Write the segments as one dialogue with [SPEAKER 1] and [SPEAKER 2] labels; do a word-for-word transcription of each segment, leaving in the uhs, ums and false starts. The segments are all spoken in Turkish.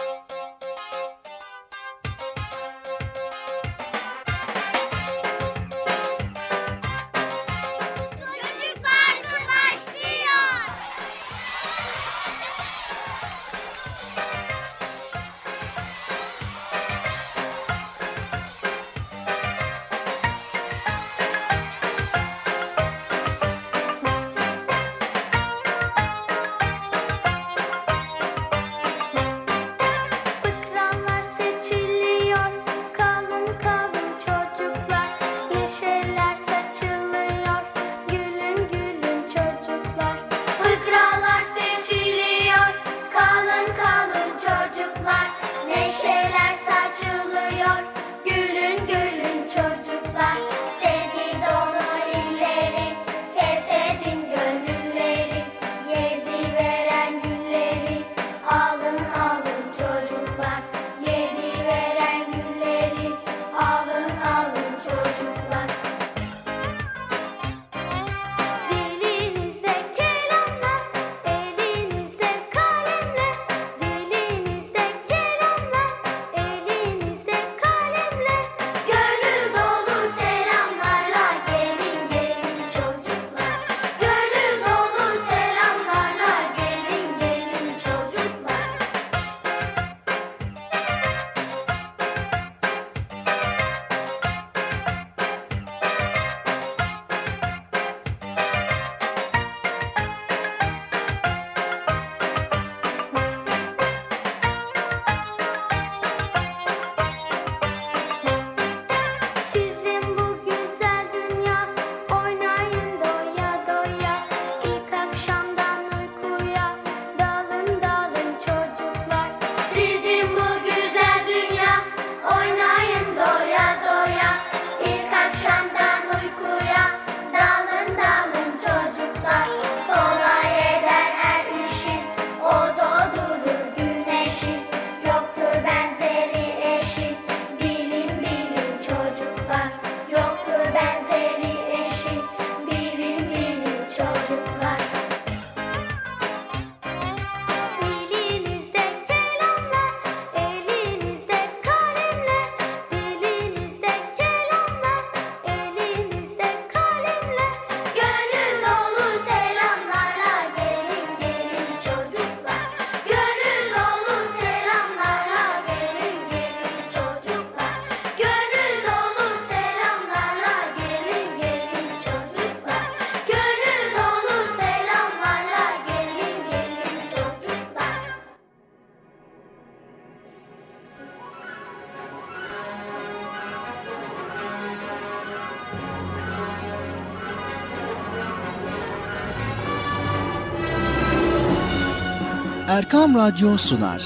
[SPEAKER 1] Erkam Radyo sunar.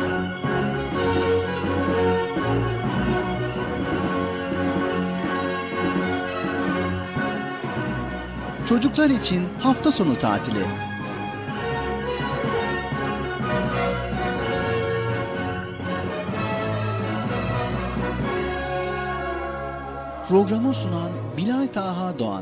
[SPEAKER 1] Çocuklar için hafta sonu tatili. Programı sunan Bilal Taha Doğan.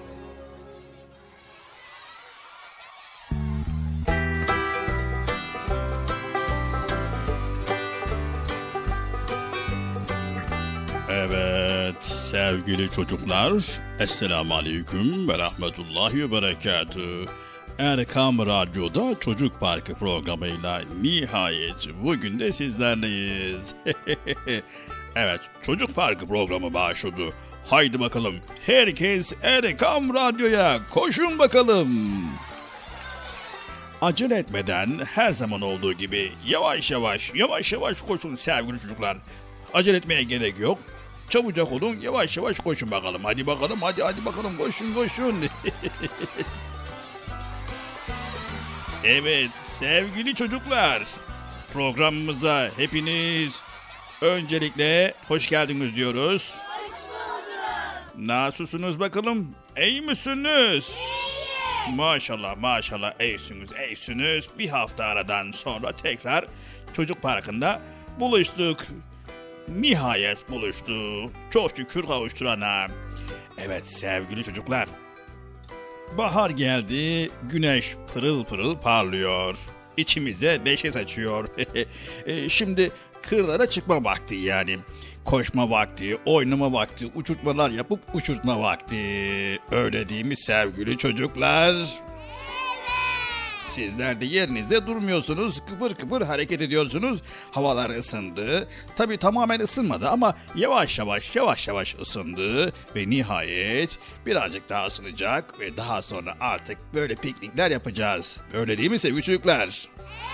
[SPEAKER 2] Evet sevgili çocuklar, Esselamu Aleyküm ve Rahmetullahi ve Berekatühü. Erkam Radyo'da Çocuk Parkı programıyla nihayet bugün de sizlerleyiz. Evet, Çocuk Parkı programı başladı. Haydi bakalım, herkes Erkam Radyo'ya koşun bakalım. Acele etmeden her zaman olduğu gibi yavaş yavaş, yavaş yavaş koşun sevgili çocuklar. Acele etmeye gerek yok. Çabucak olun, yavaş yavaş koşun bakalım. Hadi bakalım, hadi hadi bakalım, koşun koşun. Evet sevgili çocuklar, programımıza hepiniz öncelikle hoş geldiniz diyoruz.
[SPEAKER 3] Hoş bulduk.
[SPEAKER 2] Nasılsınız bakalım? İyi misiniz?
[SPEAKER 3] İyiyim.
[SPEAKER 2] Maşallah maşallah iyisiniz iyisiniz. Bir hafta aradan sonra tekrar Çocuk Parkı'nda buluştuk. Nihayet buluştuk. Çok şükür kavuşturana. Evet sevgili çocuklar. Bahar geldi, güneş pırıl pırıl parlıyor. İçimize neşe saçıyor. e, şimdi kırlara çıkma vakti yani. Koşma vakti, oynama vakti, uçurtmalar yapıp uçurtma vakti. Öyle değil mi sevgili çocuklar? Sizler de yerinizde durmuyorsunuz, kıpır kıpır hareket ediyorsunuz. Havalar ısındı. Tabii tamamen ısınmadı ama yavaş yavaş yavaş yavaş ısındı. Ve nihayet birazcık daha ısınacak ve daha sonra artık böyle piknikler yapacağız. Öyle değil mi sevgili çocuklar?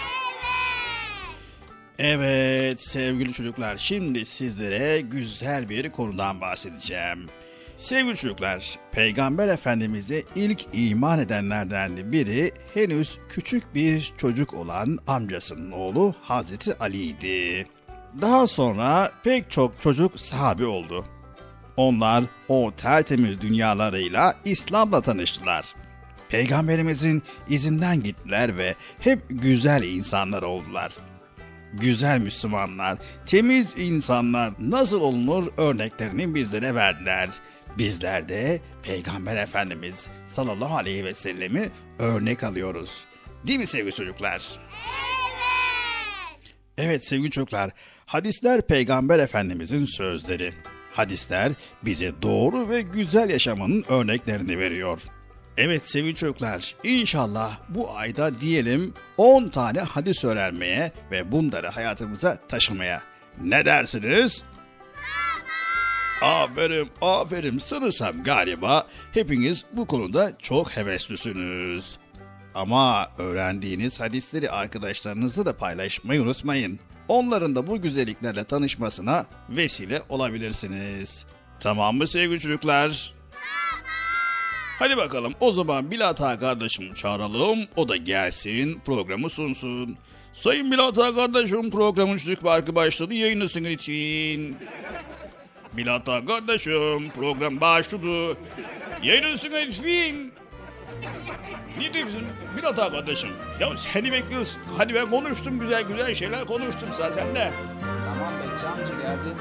[SPEAKER 2] Evet sevgili çocuklar, şimdi sizlere güzel bir konudan bahsedeceğim. Sevgili çocuklar, Peygamber Efendimiz'e ilk iman edenlerden biri henüz küçük bir çocuk olan amcasının oğlu Hazreti Ali'ydi. Daha sonra pek çok çocuk sahabe oldu. Onlar o tertemiz dünyalarıyla İslam'la tanıştılar. Peygamberimizin izinden gittiler ve hep güzel insanlar oldular. Güzel Müslümanlar, temiz insanlar nasıl olunur örneklerini bizlere verdiler. Bizler de Peygamber Efendimiz sallallahu aleyhi ve sellemi örnek alıyoruz. Değil mi sevgili çocuklar? Evet. Evet sevgili çocuklar, hadisler Peygamber Efendimizin sözleri. Hadisler bize doğru ve güzel yaşamanın örneklerini veriyor. Evet sevgili çocuklar, inşallah bu ayda diyelim on tane hadis öğrenmeye ve bunları hayatımıza taşımaya. Ne dersiniz? Aferin, aferin. Sanırsam galiba hepiniz bu konuda çok heveslüsünüz. Ama öğrendiğiniz hadisleri arkadaşlarınızla da paylaşmayı unutmayın. Onların da bu güzelliklerle tanışmasına vesile olabilirsiniz. Tamam mı sevgili çocuklar? Hadi bakalım o zaman Bilata kardeşimi çağıralım, o da gelsin programı sunsun. Sayın Bilata kardeşim, programın Çocuk Parkı başladı, yayınlasın için. Bilata kardeşim, program başladı, yayınlasın için. Ne diyorsun Bilata kardeşim? Ya seni bekliyoruz. Hadi ben konuştum, güzel güzel şeyler konuştum sen de.
[SPEAKER 1] Tamam Bekçi amca geldi.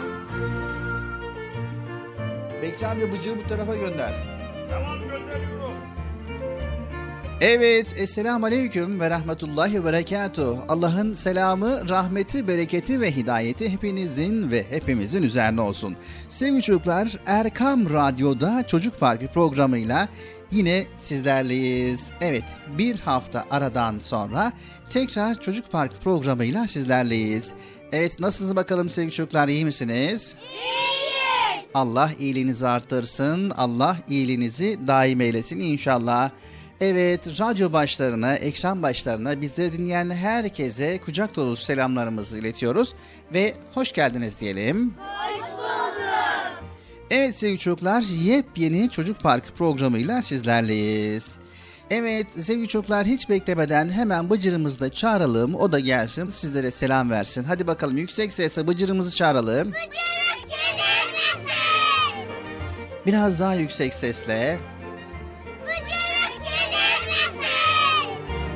[SPEAKER 1] Bekçi amca Bıcır'ı bu tarafa gönder.
[SPEAKER 2] Tamam gönderiyorum.
[SPEAKER 1] Evet, Esselamu Aleyküm ve Rahmetullahi ve Berekatuhu. Allah'ın selamı, rahmeti, bereketi ve hidayeti hepinizin ve hepimizin üzerine olsun. Sevgili çocuklar, Erkam Radyo'da Çocuk Parkı programıyla yine sizlerleyiz. Evet, bir hafta aradan sonra tekrar Çocuk Parkı programıyla sizlerleyiz. Evet, nasılsınız bakalım sevgili çocuklar, iyi misiniz?
[SPEAKER 3] İyiyiz.
[SPEAKER 1] Allah iyiliğinizi artırsın, Allah iyiliğinizi daim eylesin inşallah. Evet, radyo başlarına, ekran başlarına bizleri dinleyen herkese kucak dolusu selamlarımızı iletiyoruz ve hoş geldiniz diyelim.
[SPEAKER 3] Hoş bulduk.
[SPEAKER 1] Evet sevgili çocuklar, yepyeni Çocuk Parkı programıyla sizlerleyiz. Evet sevgili çocuklar, hiç beklemeden hemen Bıcır'ımızı da çağıralım, o da gelsin sizlere selam versin. Hadi bakalım yüksek sesle Bıcır'ımızı çağıralım.
[SPEAKER 3] Bıcırık gelir misin?
[SPEAKER 1] Biraz daha yüksek sesle.
[SPEAKER 3] Bıcırık gelir misin?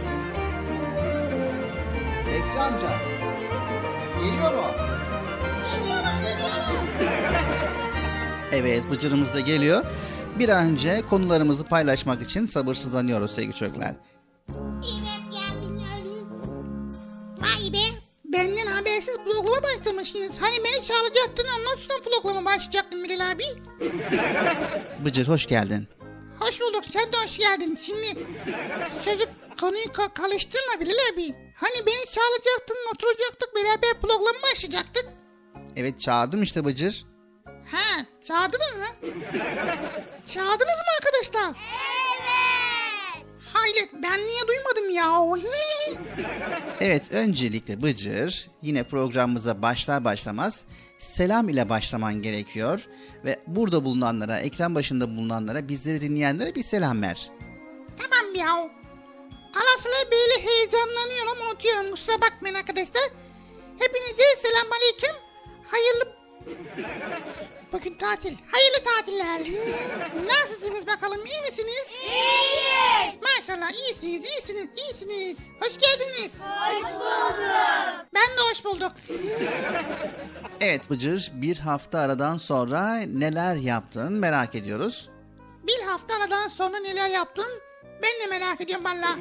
[SPEAKER 1] Bekçi amca, geliyor mu?
[SPEAKER 3] Geliyorum, geliyorum.
[SPEAKER 1] Evet, Bıcır'ımız da geliyor. Bir an önce konularımızı paylaşmak için sabırsızlanıyoruz sevgili çocuklar.
[SPEAKER 4] Evet geldim geldim. Vay be, benden habersiz programa başlamışsınız. Hani beni çağıracaktın, ondan sonra programa başlayacaktın Bilal abi.
[SPEAKER 1] Bıcır hoş geldin.
[SPEAKER 4] Hoş bulduk, sen de hoş geldin. Şimdi sözü konuyu ka- karıştırma Bilal abi. Hani beni çağıracaktın, oturacaktık, beraber programa başlayacaktık.
[SPEAKER 1] Evet, çağırdım işte Bıcır.
[SPEAKER 4] Ha, çağırdınız mı? Çağırdınız mı arkadaşlar?
[SPEAKER 3] Evet.
[SPEAKER 4] Hayret, ben niye duymadım ya?
[SPEAKER 1] Evet, öncelikle Bıcır, yine programımıza başlar başlamaz selam ile başlaman gerekiyor. Ve burada bulunanlara, ekran başında bulunanlara, bizleri dinleyenlere bir selam ver.
[SPEAKER 4] Tamam ya. Ara sıra böyle heyecanlanıyorum, unutuyorum. Kusura bakmayın arkadaşlar. Hepinize selamünaleyküm. Hayırlı... Bugün tatil. Hayırlı tatiller. Nasılsınız bakalım, iyi misiniz?
[SPEAKER 3] İyiyiz.
[SPEAKER 4] Maşallah iyisiniz, iyisiniz, iyisiniz. Hoş geldiniz.
[SPEAKER 3] Hoş bulduk.
[SPEAKER 4] Ben de hoş bulduk.
[SPEAKER 1] Evet Bıcır, bir hafta aradan sonra neler yaptın merak ediyoruz.
[SPEAKER 4] Bir hafta aradan sonra neler yaptın? Ben de merak ediyorum valla.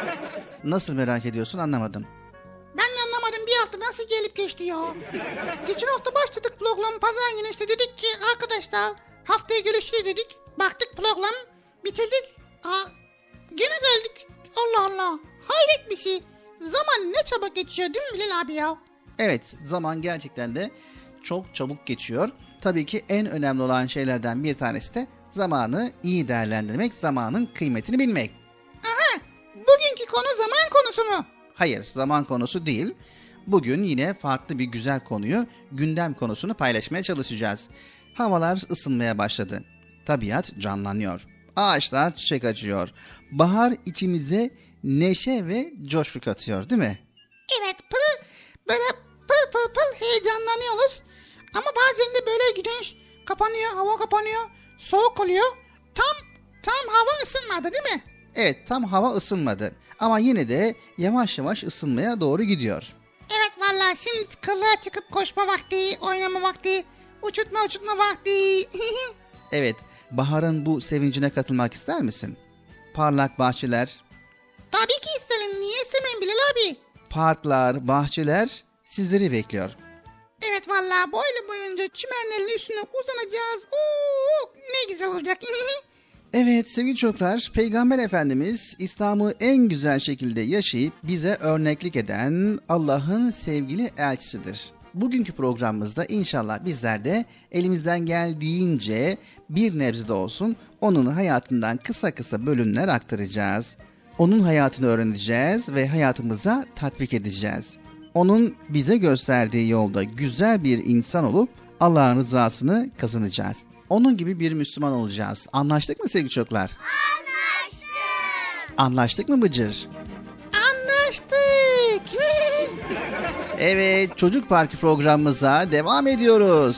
[SPEAKER 1] Nasıl merak ediyorsun anlamadım.
[SPEAKER 4] Ben de anlamadım, bir hafta nasıl gelip geçti ya. Geçen hafta başladık program, pazar günü işte dedik ki arkadaşlar haftaya görüşürüz dedik. Baktık program bitirdik. Aa, gene geldik. Allah Allah, hayret bir şey. Zaman ne çabuk geçiyor değil mi Bilal abi ya?
[SPEAKER 1] Evet, zaman gerçekten de çok çabuk geçiyor. Tabii ki en önemli olan şeylerden bir tanesi de zamanı iyi değerlendirmek, zamanın kıymetini bilmek.
[SPEAKER 4] Aha, bugünkü konu zaman konusu mu?
[SPEAKER 1] Hayır, zaman konusu değil. Bugün yine farklı bir güzel konuyu, gündem konusunu paylaşmaya çalışacağız. Havalar ısınmaya başladı. Tabiat canlanıyor. Ağaçlar çiçek açıyor. Bahar içimize neşe ve coşku katıyor, değil mi?
[SPEAKER 4] Evet, pırıl, böyle pıl pıl pıl heyecanlanıyoruz. Ama bazen de böyle güneş kapanıyor, hava kapanıyor, soğuk oluyor. Tam tam hava ısınmadı değil mi?
[SPEAKER 1] Evet, tam hava ısınmadı ama yine de yavaş yavaş ısınmaya doğru gidiyor.
[SPEAKER 4] Evet vallahi şimdi kılığa çıkıp koşma vakti, oynama vakti, uçurtma uçurtma vakti.
[SPEAKER 1] Evet, baharın bu sevincine katılmak ister misin? Parlak bahçeler,
[SPEAKER 4] Tabii ki isterim, niye istemeyim Bilal abi?
[SPEAKER 1] parklar, bahçeler sizleri bekliyor.
[SPEAKER 4] Evet vallahi boylu boyunca çimenlerin üstüne uzanacağız. Oo, ne güzel olacak.
[SPEAKER 1] Evet sevgili çocuklar, Peygamber Efendimiz İslam'ı en güzel şekilde yaşayıp bize örneklik eden Allah'ın sevgili elçisidir. Bugünkü programımızda inşallah bizler de elimizden geldiğince bir nebze de olsun onun hayatından kısa kısa bölümler aktaracağız. Onun hayatını öğreneceğiz ve hayatımıza tatbik edeceğiz. Onun bize gösterdiği yolda güzel bir insan olup Allah'ın rızasını kazanacağız. Onun gibi bir Müslüman olacağız. Anlaştık mı sevgili çocuklar?
[SPEAKER 3] Anlaştık.
[SPEAKER 1] Anlaştık mı Bıcır?
[SPEAKER 4] Anlaştık.
[SPEAKER 1] Evet, Çocuk Parkı programımıza devam ediyoruz.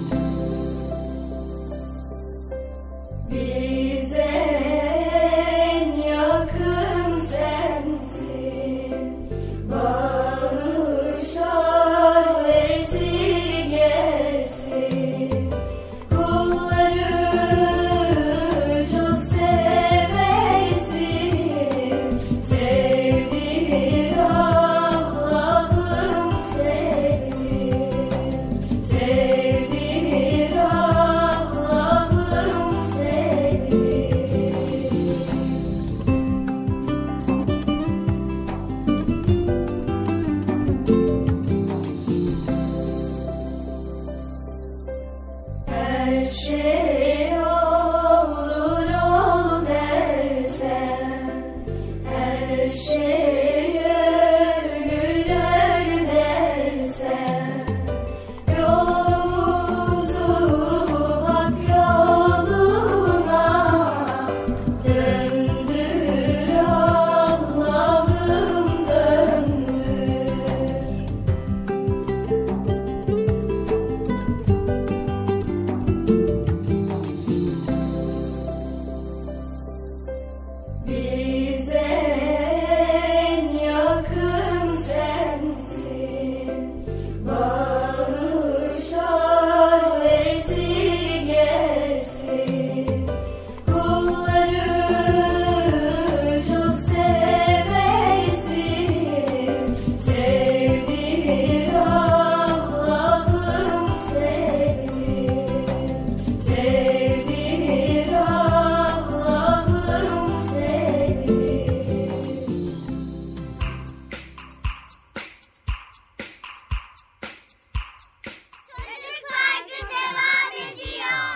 [SPEAKER 3] Bize Bize en yakın sensin, bağışlar esirgesin, kulları çok seversin, sevdir Allah'ım sevdir, sevdir Allah'ım sevdir. Çocuk Parkı devam ediyor.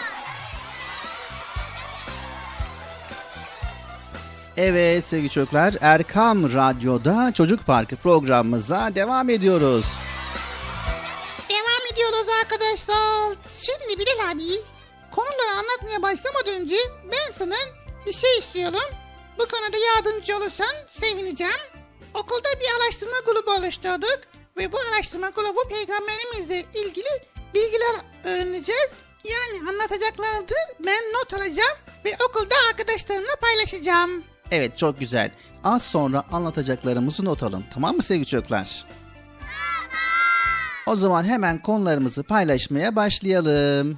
[SPEAKER 1] Evet sevgili çocuklar, Erkam Radyo'da Çocuk Parkı programımıza devam ediyoruz.
[SPEAKER 4] Devam ediyoruz arkadaşlar. Şimdi Bilal abi, konuları anlatmaya başlamadan önce ben sana bir şey istiyorum. Bu konuda yardımcı olursan sevineceğim. Okulda bir araştırma grubu oluşturduk ve bu araştırma grubu peygamberimizle ilgili bilgiler öğreneceğiz. Yani anlatacaklardı, ben not alacağım ve okulda arkadaşlarımla paylaşacağım.
[SPEAKER 1] Evet, çok güzel. Az sonra anlatacaklarımızı not alın. Tamam mı sevgili çocuklar? O zaman hemen konularımızı paylaşmaya başlayalım.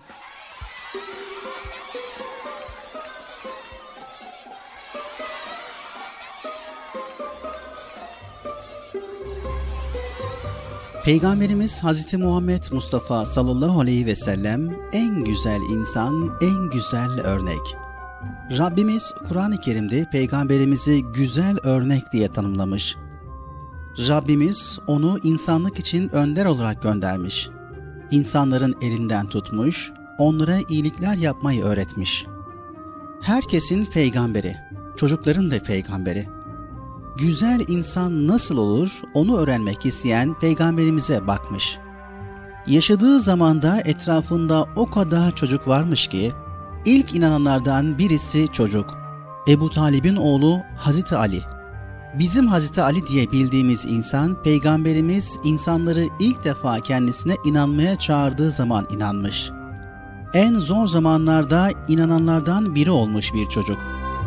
[SPEAKER 1] Peygamberimiz Hazreti Muhammed Mustafa sallallahu aleyhi ve sellem en güzel insan, en güzel örnek. Rabbimiz Kur'an-ı Kerim'de Peygamberimizi güzel örnek diye tanımlamış. Rabbimiz onu insanlık için önder olarak göndermiş. İnsanların elinden tutmuş, onlara iyilikler yapmayı öğretmiş. Herkesin peygamberi, çocukların da peygamberi. Güzel insan nasıl olur onu öğrenmek isteyen peygamberimize bakmış. Yaşadığı zamanda etrafında o kadar çocuk varmış ki, ilk inananlardan birisi çocuk. Ebu Talib'in oğlu Hazreti Ali. Bizim Hazreti Ali diye bildiğimiz insan, peygamberimiz insanları ilk defa kendisine inanmaya çağırdığı zaman inanmış. En zor zamanlarda inananlardan biri olmuş bir çocuk.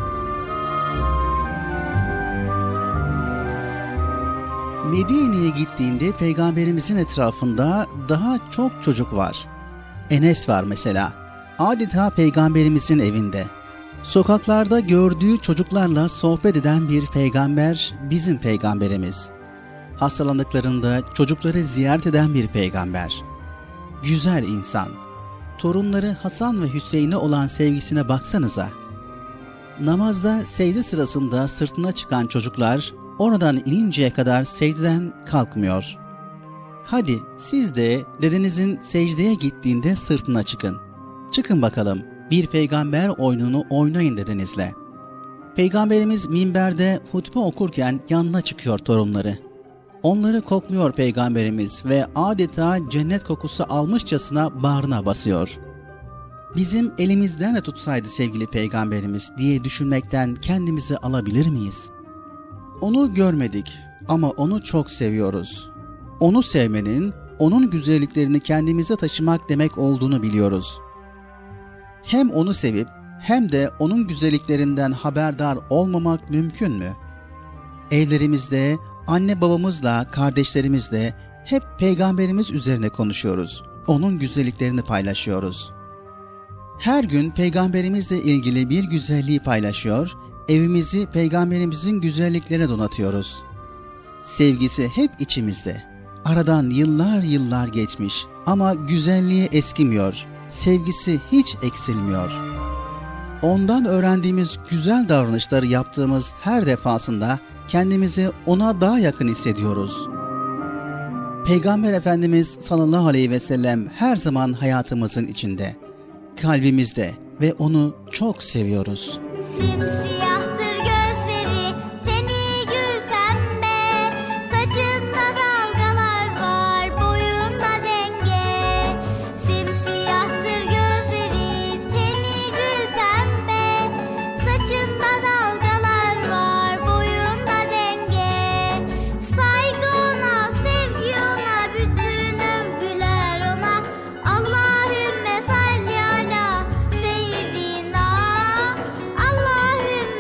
[SPEAKER 1] Medine'ye gittiğinde peygamberimizin etrafında daha çok çocuk var. Enes var mesela. Adeta peygamberimizin evinde. Sokaklarda gördüğü çocuklarla sohbet eden bir peygamber bizim peygamberimiz. Hastalandıklarında çocukları ziyaret eden bir peygamber. Güzel insan. Torunları Hasan ve Hüseyin'e olan sevgisine baksanıza. Namazda secde sırasında sırtına çıkan çocuklar oradan ininceye kadar secdeden kalkmıyor. Hadi siz de dedenizin secdeye gittiğinde sırtına çıkın. Çıkın bakalım, bir peygamber oyununu oynayın dedenizle. Peygamberimiz minberde hutbe okurken yanına çıkıyor torunları. Onları kokluyor peygamberimiz ve adeta cennet kokusu almışçasına bağrına basıyor. Bizim elimizden de tutsaydı sevgili peygamberimiz diye düşünmekten kendimizi alabilir miyiz? Onu görmedik ama onu çok seviyoruz. Onu sevmenin, onun güzelliklerini kendimize taşımak demek olduğunu biliyoruz. Hem onu sevip hem de onun güzelliklerinden haberdar olmamak mümkün mü? Evlerimizde anne babamızla, kardeşlerimizle hep peygamberimiz üzerine konuşuyoruz. Onun güzelliklerini paylaşıyoruz. Her gün peygamberimizle ilgili bir güzelliği paylaşıyor, evimizi peygamberimizin güzelliklerine donatıyoruz. Sevgisi hep içimizde. Aradan yıllar yıllar geçmiş ama güzelliği eskimiyor. Sevgisi hiç eksilmiyor. Ondan öğrendiğimiz güzel davranışları yaptığımız her defasında kendimizi ona daha yakın hissediyoruz. Peygamber Efendimiz sallallahu aleyhi ve sellem her zaman hayatımızın içinde, kalbimizde ve onu çok seviyoruz.
[SPEAKER 3] Simsiyahtır gözleri, teni gül pembe, saçında dalgalar var, boyunda denge. Simsiyahtır gözleri, teni gül pembe, saçında dalgalar var, boyunda denge. Saygı ona, sevgi ona, bütün övgüler ona. Allahümme salli ala seyyidina, Allahümme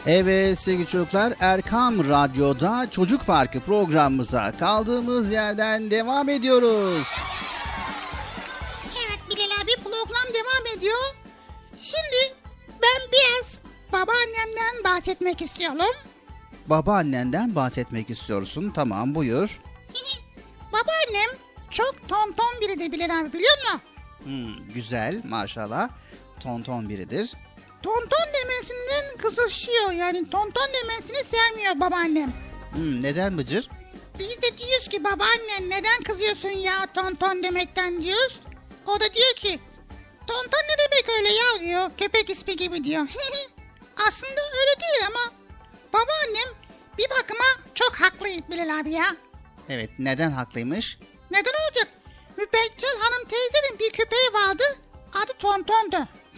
[SPEAKER 1] Evet sevgili çocuklar, Erkam Radyo'da Çocuk Parkı programımıza kaldığımız yerden devam ediyoruz.
[SPEAKER 4] Evet Bilal abi, program devam ediyor. Şimdi ben biraz babaannemden bahsetmek istiyorum.
[SPEAKER 1] Babaannenden bahsetmek istiyorsun. Tamam, buyur.
[SPEAKER 4] Babaannem çok tonton biridir Bilal abi, biliyor musun?
[SPEAKER 1] Hmm, güzel, maşallah. Tonton biridir.
[SPEAKER 4] Tonton demesinden kızışıyor, yani tonton demesini sevmiyor babaannem.
[SPEAKER 1] Hmm, neden Bıcır?
[SPEAKER 4] Biz de diyoruz ki babaannem neden kızıyorsun ya tonton demekten diyoruz. O da diyor ki tonton ne demek öyle ya diyor, köpek ismi gibi diyor. Aslında öyle değil ama babaannem bir bakıma çok haklı Bilal abi ya.
[SPEAKER 1] Evet, neden haklıymış?
[SPEAKER 4] Neden olacak? Mübeccel Hanım teyzenin bir köpeği vardı, adı Tonton'du.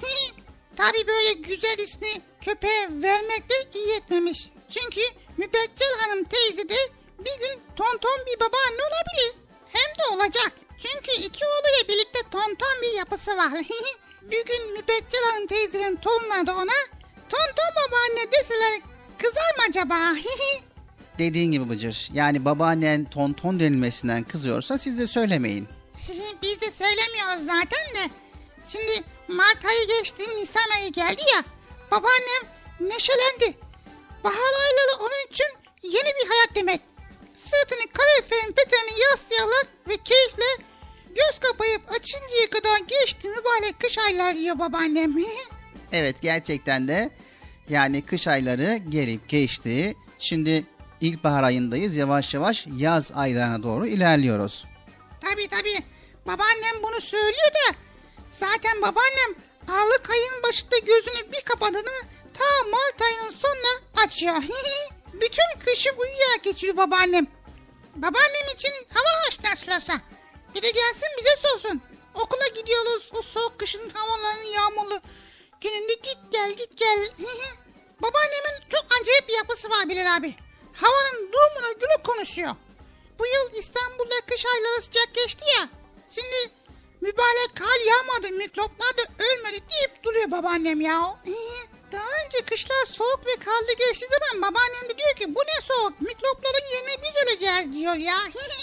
[SPEAKER 4] Tabii böyle güzel ismi köpeğe vermek de iyi etmemiş. Çünkü Mübeccel Hanım teyze de bir gün tonton bir babaanne olabilir. Hem de olacak. Çünkü iki oğluyla birlikte tonton bir yapısı var. Bir gün Mübeccel Hanım teyzenin torunları da ona tonton babaanne deseler kızar mı acaba?
[SPEAKER 1] Dediğin gibi Bıcır. Yani babaannen tonton denilmesinden kızıyorsa siz de söylemeyin.
[SPEAKER 4] Biz de söylemiyoruz zaten de. Şimdi Mart ayı geçti, Nisan ayı geldi ya. Babaannem neşelendi. Bahar ayları onun için yeni bir hayat demek. Sırtını kaloriferin peteğine yaslayarak ve keyifle göz kapayıp açıncaya kadar geçti mübarek kış aylar diyor babaannem.
[SPEAKER 1] Evet, gerçekten de yani kış ayları gelip geçti. Şimdi ilkbahar ayındayız. Yavaş yavaş yaz aylarına doğru ilerliyoruz.
[SPEAKER 4] Tabii tabii. Babaannem bunu söylüyor da zaten babaannem Aralık ayının başında gözünü bir kapadığını ta Mart ayının sonuna açıyor. Bütün kışı uyuyarak geçiyor babaannem. Babaannem için hava hoş nasılsa. Bir de gelsin bize sorsun. Okula gidiyoruz o soğuk kışın havalarının yağmurlu gününde git gel git gel. Babaannemin çok acayip bir yapısı var Bilal abi. Havanın durumuna göre konuşuyor. Bu yıl İstanbul'da kış ayları sıcak geçti ya. Şimdi mübarek kar yağmadı, mikroplar da ölmedi deyip duruyor babaannem ya. Daha önce kışlar soğuk ve karlı geçti zaman babaannem de diyor ki bu ne soğuk, mikropların yerine biz öleceğiz diyor ya.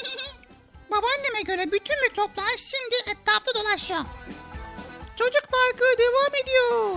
[SPEAKER 4] Babaanneme göre bütün mikroplar şimdi etrafta dolaşıyor. Çocuk Parkı devam ediyor.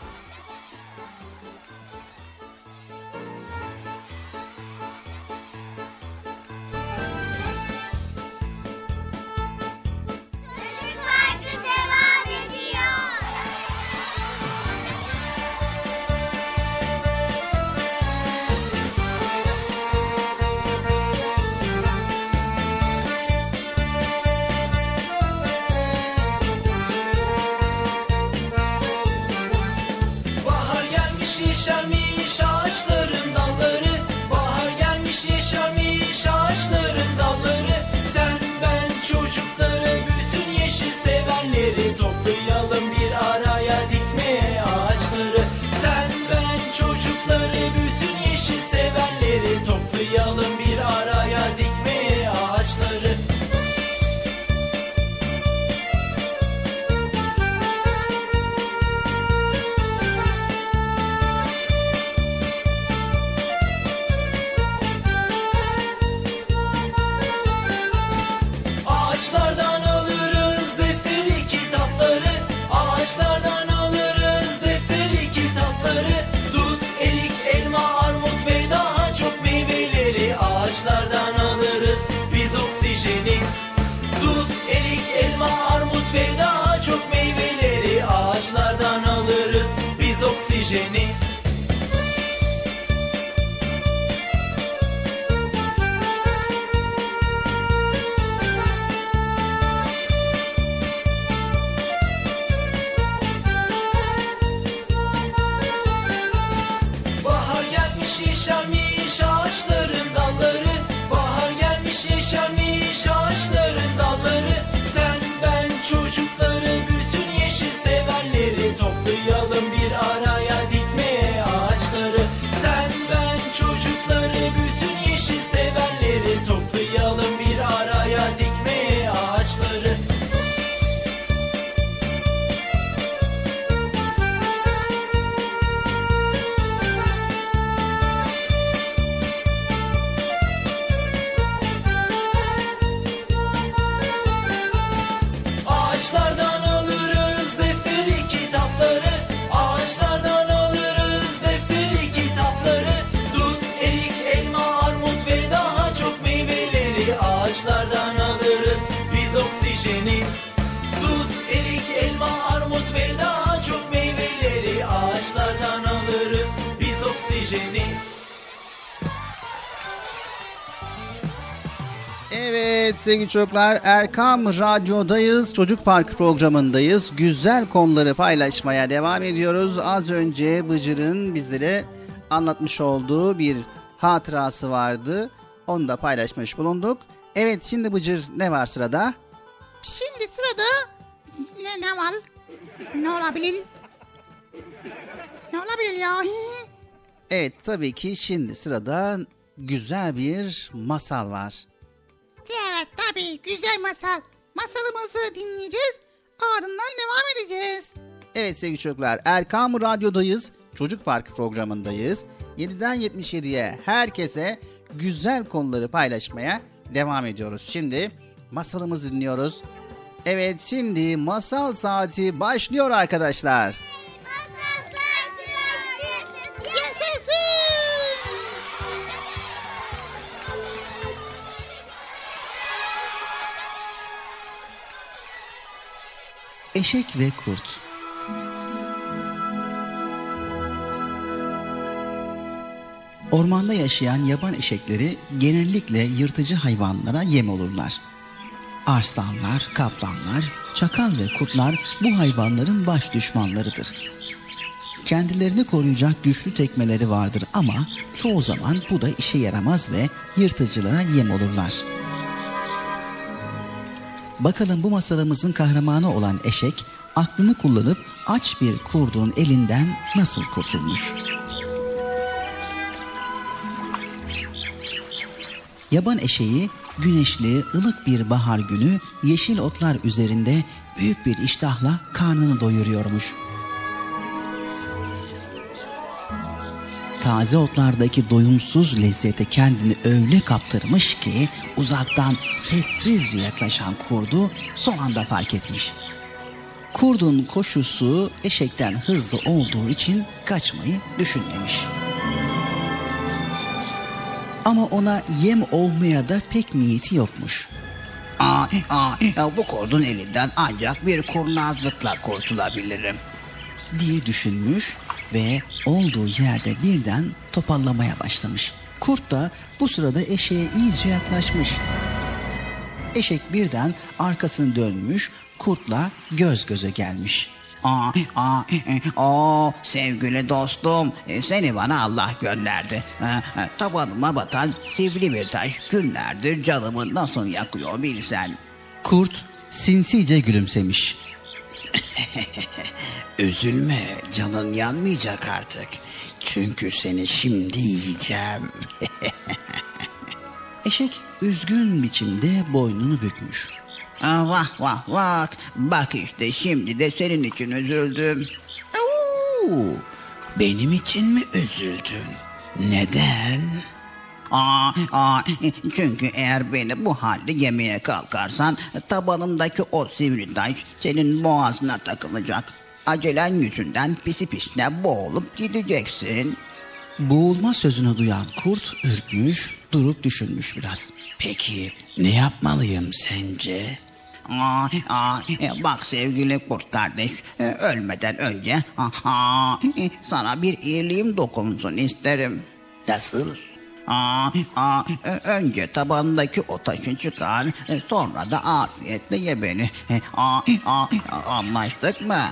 [SPEAKER 5] Yeşermiş ağaçların dalları, bahar gelmiş yeşermiş ağaçların dalları. Sen ben çocukları, bütün yeşil sevenleri toplayalım bir araya dikmeye ağaçları. Sen ben çocukları, bütün yeşil sevenleri toplayalım bir araya dikmeye ağaçları. Ağaçlardan alırız defteri kitapları, ağaçlardan alırız defteri kitapları. Dut, erik, elma, armut ve daha çok meyveleri ağaçlardan alırız biz oksijeni. Dut, erik, elma, armut ve daha çok meyveleri ağaçlardan alırız biz oksijeni. Yeşermiş ağaçların dalları, bahar gelmiş yeşermiş ağaçların dalları. Sen ben çocukları, bütün yeşil sevenleri toplayalım bir araya dikmeye ağaçları. Sen ben çocukları, bütün yeşil sevenleri toplayalım bir araya dikmeye ağaçları. geceni.
[SPEAKER 1] Evet sevgili çocuklar, Erkam Radyo'dayız, Çocuk Park programındayız. Güzel konuları paylaşmaya devam ediyoruz. Az önce Bıcır'ın bizlere anlatmış olduğu bir hatırası vardı. Onu da paylaşmış bulunduk. Evet, şimdi Bıcır, ne var sırada?
[SPEAKER 4] Şimdi sırada ne, ne var? Ne olabilir? Ne olabilir ya?
[SPEAKER 1] Evet, tabii ki şimdi sırada güzel bir masal var.
[SPEAKER 4] Evet, tabii güzel masal. Masalımızı dinleyeceğiz. Ardından devam edeceğiz.
[SPEAKER 1] Evet sevgili çocuklar, Erkam Radyo'dayız. Çocuk Park programındayız. yediden yetmiş yediye herkese güzel konuları paylaşmaya devam ediyoruz. Şimdi masalımızı dinliyoruz. Evet, şimdi masal saati başlıyor arkadaşlar.
[SPEAKER 3] Masal saati başlıyor.
[SPEAKER 4] Yaşasın!
[SPEAKER 1] Eşek ve Kurt. Ormanda yaşayan yaban eşekleri genellikle yırtıcı hayvanlara yem olurlar. Arslanlar, kaplanlar, çakal ve kurtlar bu hayvanların baş düşmanlarıdır. Kendilerini koruyacak güçlü tekmeleri vardır ama çoğu zaman bu da işe yaramaz ve yırtıcılara yem olurlar. Bakalım bu masalımızın kahramanı olan eşek aklını kullanıp aç bir kurdun elinden nasıl kurtulmuş? Yaban eşeği güneşli, ılık bir bahar günü yeşil otlar üzerinde büyük bir iştahla karnını doyuruyormuş. Taze otlardaki doyumsuz lezzete kendini öyle kaptırmış ki uzaktan sessizce yaklaşan kurdu son anda fark etmiş. Kurdun koşusu eşekten hızlı olduğu için kaçmayı düşünmemiş. Ama ona yem olmaya da pek niyeti yokmuş.
[SPEAKER 6] Aa, aa, bu kurdun elinden ancak bir kurnazlıkla kurtulabilirim
[SPEAKER 1] diye düşünmüş ve olduğu yerde birden topallamaya başlamış. Kurt da bu sırada eşeğe iyice yaklaşmış. Eşek birden arkasını dönmüş, kurtla göz göze gelmiş.
[SPEAKER 6] Aa, aa, o sevgili dostum, seni bana Allah gönderdi. Tabanıma batan sivri bir taş günlerdir canımı nasıl yakıyor bilsen.
[SPEAKER 1] Kurt sinsice gülümsemiş.
[SPEAKER 6] Üzülme, canın yanmayacak artık. Çünkü seni şimdi yiyeceğim.
[SPEAKER 1] Eşek üzgün biçimde boynunu bükmüş.
[SPEAKER 6] Aa, vah vah vah, bak işte şimdi de senin için üzüldüm. Oo, benim için mi üzüldün? Neden? Aa, aa, çünkü eğer beni bu halde yemeye kalkarsan tabanımdaki o sivri taş senin boğazına takılacak. Acelen yüzünden pisi pisine boğulup gideceksin.
[SPEAKER 1] Boğulma sözünü duyan kurt ürkmüş, durup düşünmüş biraz.
[SPEAKER 6] Peki ne yapmalıyım sence? Aa, aa, bak sevgili kurt kardeş, ölmeden önce aa, sana bir iyiliğim dokunsun isterim. Nasıl? Aa, aa, önce tabandaki o taşı çıkar, sonra da afiyetle ye beni. Aa, aa, anlaştık mı?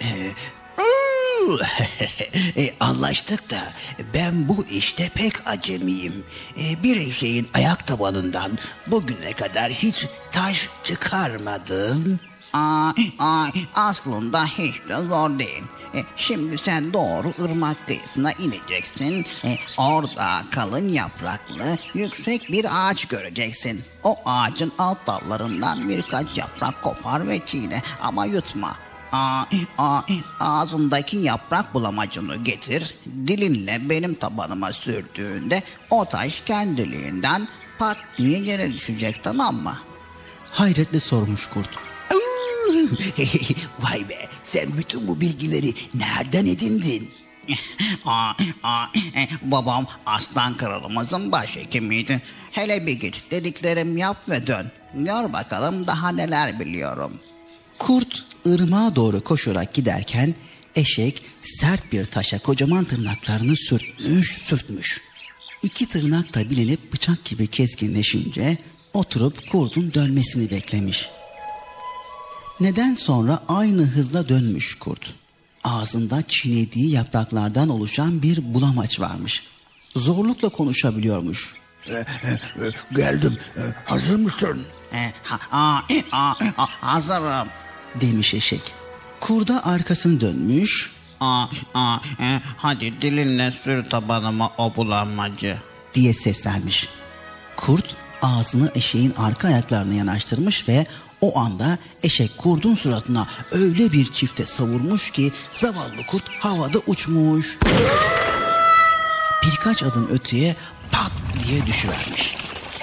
[SPEAKER 6] e, anlaştık da ben bu işte pek acemiyim. E, bir eşeğin ayak tabanından bugüne kadar hiç taş çıkarmadım. Aa, aa, aslında hiç de zor değil. E, şimdi sen doğru ırmak kıyısına ineceksin. E, orada kalın yapraklı yüksek bir ağaç göreceksin. O ağacın alt dallarından birkaç yaprak kopar ve çiğne ama yutma. Aa, aa, ağzındaki yaprak bulamacını getir, dilinle benim tabanıma sürdüğünde o taş kendiliğinden pat diye yere düşecek, tamam mı?
[SPEAKER 1] Hayretle sormuş kurt.
[SPEAKER 6] Vay be, sen bütün bu bilgileri nereden edindin? aa, aa, babam aslan kralımızın başhekimiydi. Hele bir git, dediklerim yap ve dön. Gör bakalım daha neler biliyorum.
[SPEAKER 1] Kurt ırmağa doğru koşarak giderken
[SPEAKER 6] Eşek sert bir taşa kocaman tırnaklarını sürtmüş sürtmüş. İki tırnak da bilinip bıçak gibi keskinleşince oturup kurdun dönmesini beklemiş. Neden sonra aynı hızla dönmüş kurt. Ağzında çiğnediği yapraklardan oluşan bir bulamaç varmış. Zorlukla konuşabiliyormuş.
[SPEAKER 7] E, e, e, geldim. E, hazır mısın?
[SPEAKER 6] E, ha, a, e, a, a, hazırım demiş eşek. Kurda arkasını dönmüş.
[SPEAKER 8] Aa, aa, e, hadi dilinle sür tabanıma o bulanmacı
[SPEAKER 6] diye seslenmiş. Kurt ağzını eşeğin arka ayaklarına yanaştırmış ve o anda eşek kurdun suratına öyle bir çifte savurmuş ki zavallı kurt havada uçmuş. Birkaç adım öteye pat diye düşüvermiş.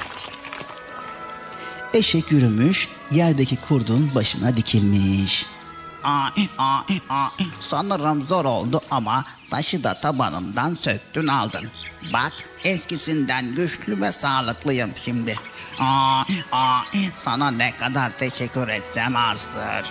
[SPEAKER 6] Eşek yürümüş, yerdeki kurdun başına dikilmiş.
[SPEAKER 8] Aa, aa, aa, sanırım zor oldu ama taşı da tabanımdan söktün aldın. Bak eskisinden güçlü ve sağlıklıyım şimdi. Aa, aa, sana ne kadar teşekkür etsem azdır.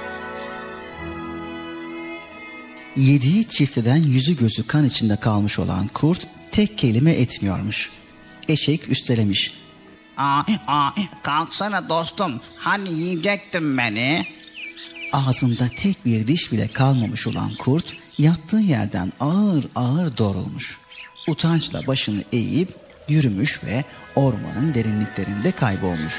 [SPEAKER 6] Yediği çifteden yüzü gözü kan içinde kalmış olan kurt tek kelime etmiyormuş. Eşek üstelemiş.
[SPEAKER 8] Aa, aa, kalksana dostum, hani yiyecektin beni?
[SPEAKER 6] Ağzında tek bir diş bile kalmamış olan kurt yattığı yerden ağır ağır doğrulmuş. Utançla başını eğip yürümüş ve ormanın derinliklerinde kaybolmuş.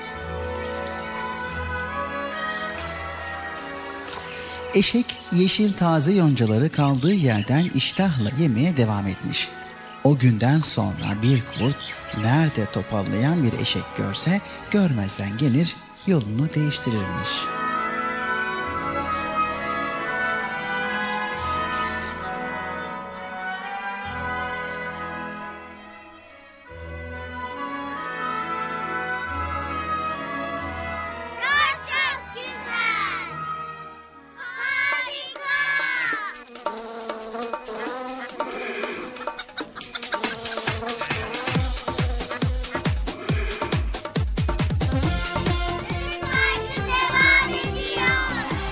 [SPEAKER 6] Eşek yeşil taze yoncaları kaldığı yerden iştahla yemeye devam etmiş. O günden sonra bir kurt nerede topallayan bir eşek görse görmezden gelir yolunu değiştirirmiş.
[SPEAKER 3] Çok çok güzel. Harika. Çocuk Parkı devam ediyor.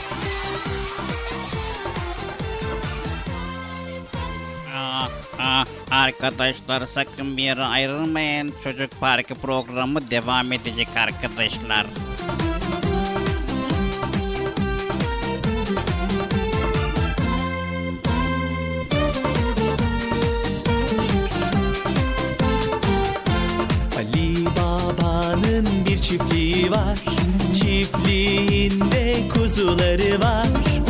[SPEAKER 8] Aa, aa, arkadaşlar sakın bir yere ayrılmayın. Çocuk Parkı programı devam edecek arkadaşlar.
[SPEAKER 5] Ali Baba'nın bir çiftliği var. Çiftliğinde kuzuları var.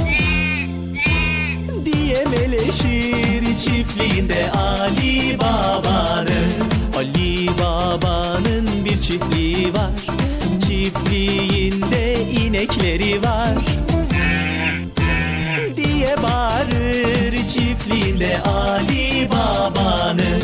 [SPEAKER 5] Diye meleşir çiftliğinde Ali Baba'nın. Ali Baba'nın bir çiftliği var. Çiftliğinde inekleri var. Diye bağırır çiftliğinde Ali Baba'nın.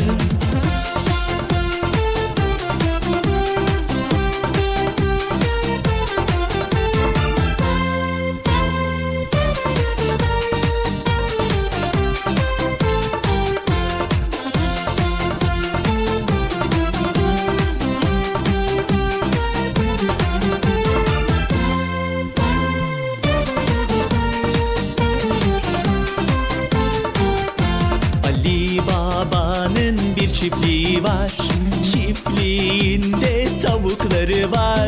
[SPEAKER 5] Ali Baba'nın bir çiftliği var. Çiftliğinde tavukları var.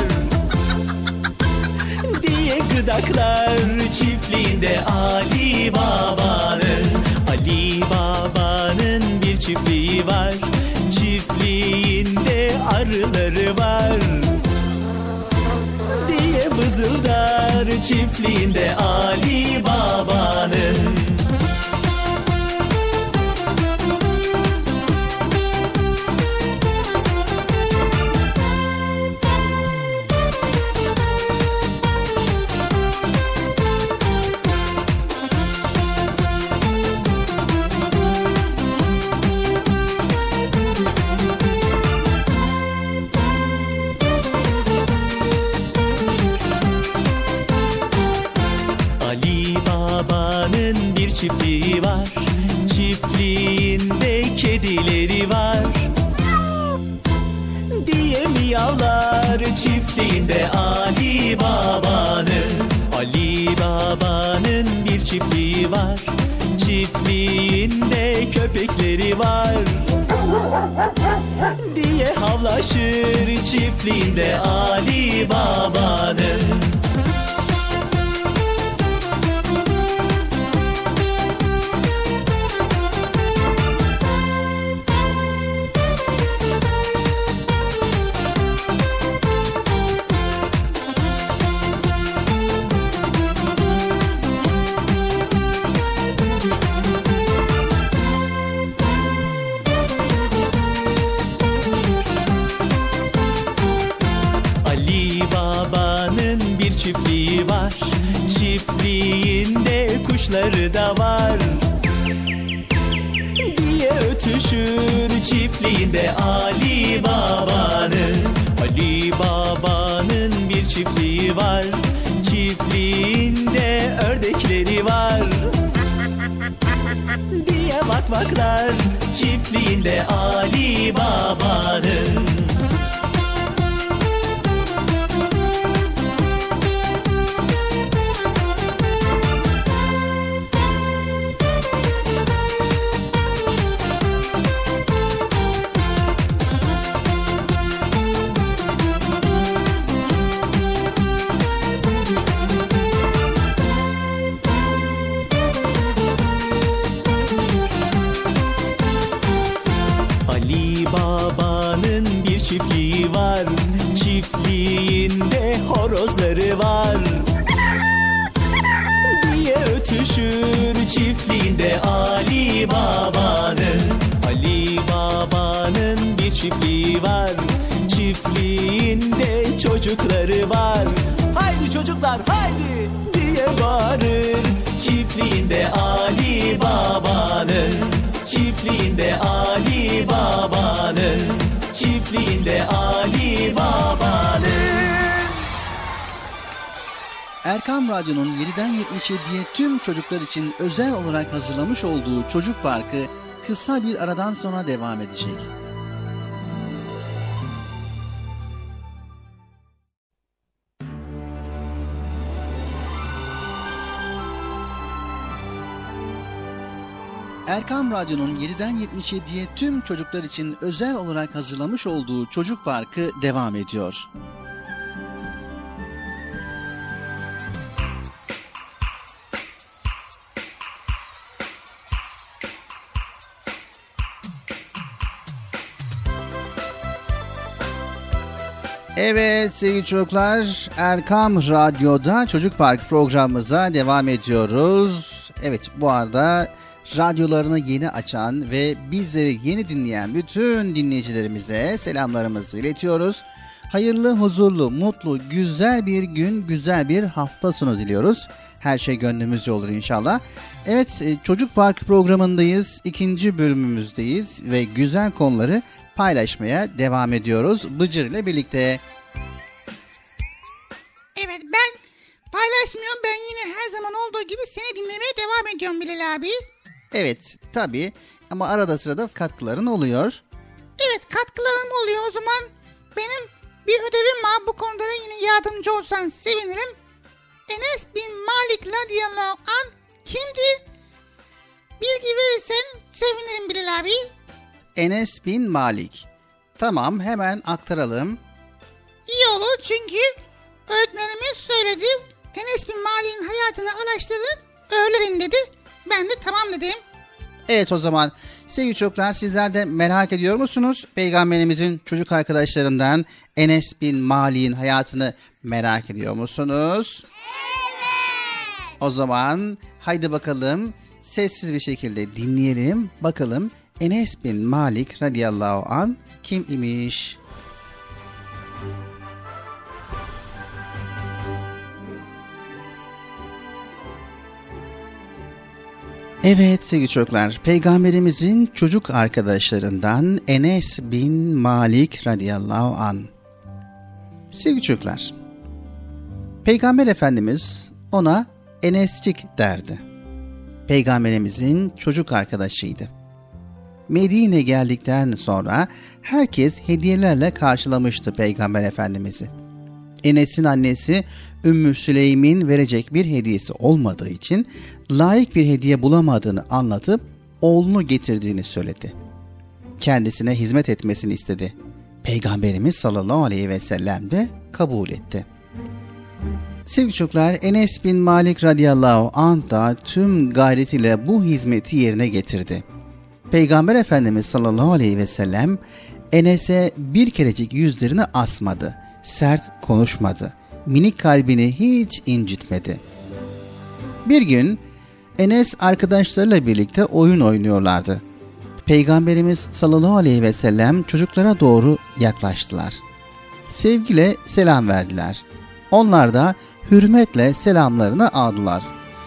[SPEAKER 5] Diye gıdaklar çiftliğinde Ali Baba'nın. Ali Baba'nın bir çiftliği var. Çiftliğinde arıları var. Diye vızıldar çiftliğinde Ali Baba'nın. Ali Baba'nın bir çiftliği var. Çiftliğinde kedileri var. Diye miyavlar çiftliğinde Ali Baba'nın. Ali Baba'nın bir çiftliği var. var. Çiftliğinde köpekleri var diye havlaşır çiftliğinde Ali Baba'nın. Çiftliği var, çiftliğinde kuşları da var diye ötüşür çiftliğinde Ali Baba'nın. Ali Baba'nın bir çiftliği var, çiftliğinde ördekleri var diye vak vaklar çiftliğinde Ali Baba'nın. Çiftliği var, çiftliğinde horozları var diye ötüşür çiftliğinde Ali Baba'nın. Ali Baba'nın bir çiftliği var, çiftliğinde çocukları var. Haydi çocuklar haydi diye bağırır çiftliğinde Ali Baba'nın. Çiftliğinde Ali Baba'nın. Çiftliğinde Ali Baba'nın.
[SPEAKER 1] Erkam Radyo'nun yediden yetmiş yediye tüm çocuklar için özel olarak hazırlamış olduğu Çocuk Parkı kısa bir aradan sonra devam edecek. Erkam Radyo'nun yediden yetmiş yediye tüm çocuklar için özel olarak hazırlamış olduğu Çocuk Parkı devam ediyor. Evet sevgili çocuklar, Erkam Radyo'da Çocuk Park programımıza devam ediyoruz. Evet, bu arada radyolarını yeni açan ve bizleri yeni dinleyen bütün dinleyicilerimize selamlarımızı iletiyoruz. Hayırlı, huzurlu, mutlu, güzel bir gün, güzel bir hafta sonu diliyoruz. Her şey gönlümüzce olur inşallah. Evet, Çocuk Park programındayız. İkinci bölümümüzdeyiz ve güzel konuları paylaşmaya devam ediyoruz Bıcır ile birlikte.
[SPEAKER 4] Evet, ben paylaşmıyorum. Ben yine her zaman olduğu gibi seni dinlemeye devam ediyorum Bilal abi.
[SPEAKER 1] Evet, tabii, ama arada sırada katkıların oluyor.
[SPEAKER 4] Evet, katkılarım oluyor. O zaman benim bir ödevim var. Bu konuda da yine yardımcı olsan sevinirim. Enes bin Malik radıyallahu anh kimdi? Bilgi verirsen sevinirim Bilal abi.
[SPEAKER 1] Enes bin Malik. Tamam, hemen aktaralım.
[SPEAKER 4] İyi olur, çünkü öğretmenimiz söyledi. Enes bin Malik'in hayatını araştırın, öğrenin dedi. Ben de tamam dedim.
[SPEAKER 1] Evet, o zaman sevgili çocuklar, sizler de merak ediyor musunuz? Peygamberimizin çocuk arkadaşlarından Enes bin Malik'in hayatını merak ediyor musunuz?
[SPEAKER 3] Evet.
[SPEAKER 1] O zaman haydi bakalım sessiz bir şekilde dinleyelim. Bakalım Enes bin Malik radıyallahu anh kim imiş? Evet sevgili çocuklar, Peygamberimizin çocuk arkadaşlarından Enes bin Malik radıyallahu anh. Sevgili çocuklar, Peygamber Efendimiz ona Enescik derdi. Peygamberimizin çocuk arkadaşıydı. Medine geldikten sonra herkes hediyelerle karşılamıştı Peygamber Efendimiz'i. Enes'in annesi Ümmü Süleym'in verecek bir hediyesi olmadığı için layık bir hediye bulamadığını anlatıp oğlunu getirdiğini söyledi. Kendisine hizmet etmesini istedi. Peygamberimiz sallallahu aleyhi ve sellem de kabul etti. Sevgili çocuklar, Enes bin Malik radıyallahu anh da tüm gayretiyle bu hizmeti yerine getirdi. Peygamber Efendimiz sallallahu aleyhi ve sellem Enes'e bir kerecik yüzlerini asmadı, sert konuşmadı, minik kalbini hiç incitmedi. Bir gün Enes arkadaşlarıyla birlikte oyun oynuyorlardı. Peygamberimiz sallallahu aleyhi ve sellem çocuklara doğru yaklaştılar. Sevgiyle selam verdiler. Onlar da hürmetle selamlarını aldılar.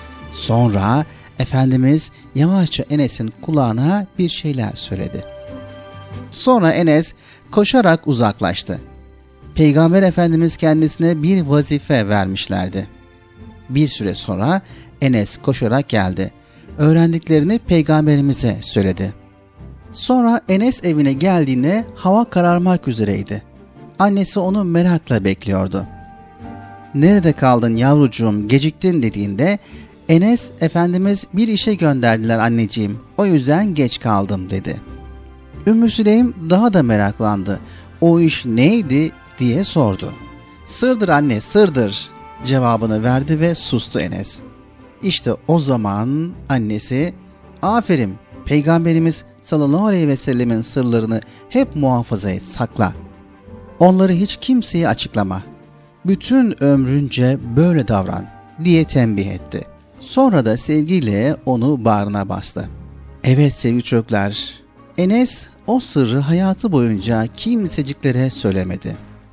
[SPEAKER 1] Sonra Efendimiz yavaşça Enes'in kulağına bir şeyler söyledi. Sonra Enes koşarak uzaklaştı. Peygamber Efendimiz kendisine bir vazife vermişlerdi. Bir süre sonra Enes koşarak geldi. Öğrendiklerini Peygamberimize söyledi. Sonra Enes evine geldiğinde hava kararmak üzereydi. Annesi onu merakla bekliyordu. "Nerede kaldın yavrucuğum, geciktin?" dediğinde Enes, "Efendimiz bir işe gönderdiler anneciğim, o yüzden geç kaldım." dedi. Ümmü Süleym daha da meraklandı. "O iş neydi?" diye sordu. "Sırdır anne, sırdır." cevabını verdi ve sustu Enes. İşte o zaman annesi, "Aferin, Peygamberimiz sallallahu aleyhi ve sellemin sırlarını hep muhafaza et, sakla. Onları hiç kimseye açıklama. Bütün ömrünce böyle davran." diye tembih etti. Sonra da sevgiyle onu bağrına bastı. Evet sevgili çocuklar, Enes o sırrı hayatı boyunca kimseciklere söylemedi.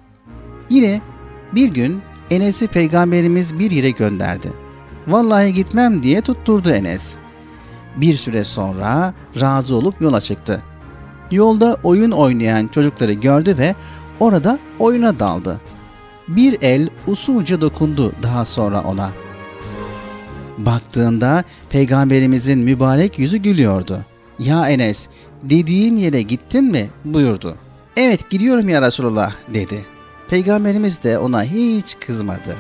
[SPEAKER 1] Yine bir gün Enes'i Peygamberimiz bir yere gönderdi. "Vallahi gitmem" diye tutturdu Enes. Bir süre sonra razı olup yola çıktı. Yolda oyun oynayan çocukları gördü ve orada oyuna daldı. Bir el usulca dokundu daha sonra ona. Baktığında Peygamberimizin mübarek yüzü gülüyordu. "Ya Enes, dediğim yere gittin mi?" buyurdu. "Evet, gidiyorum ya Resulullah" dedi. Peygamberimiz de ona hiç kızmadı.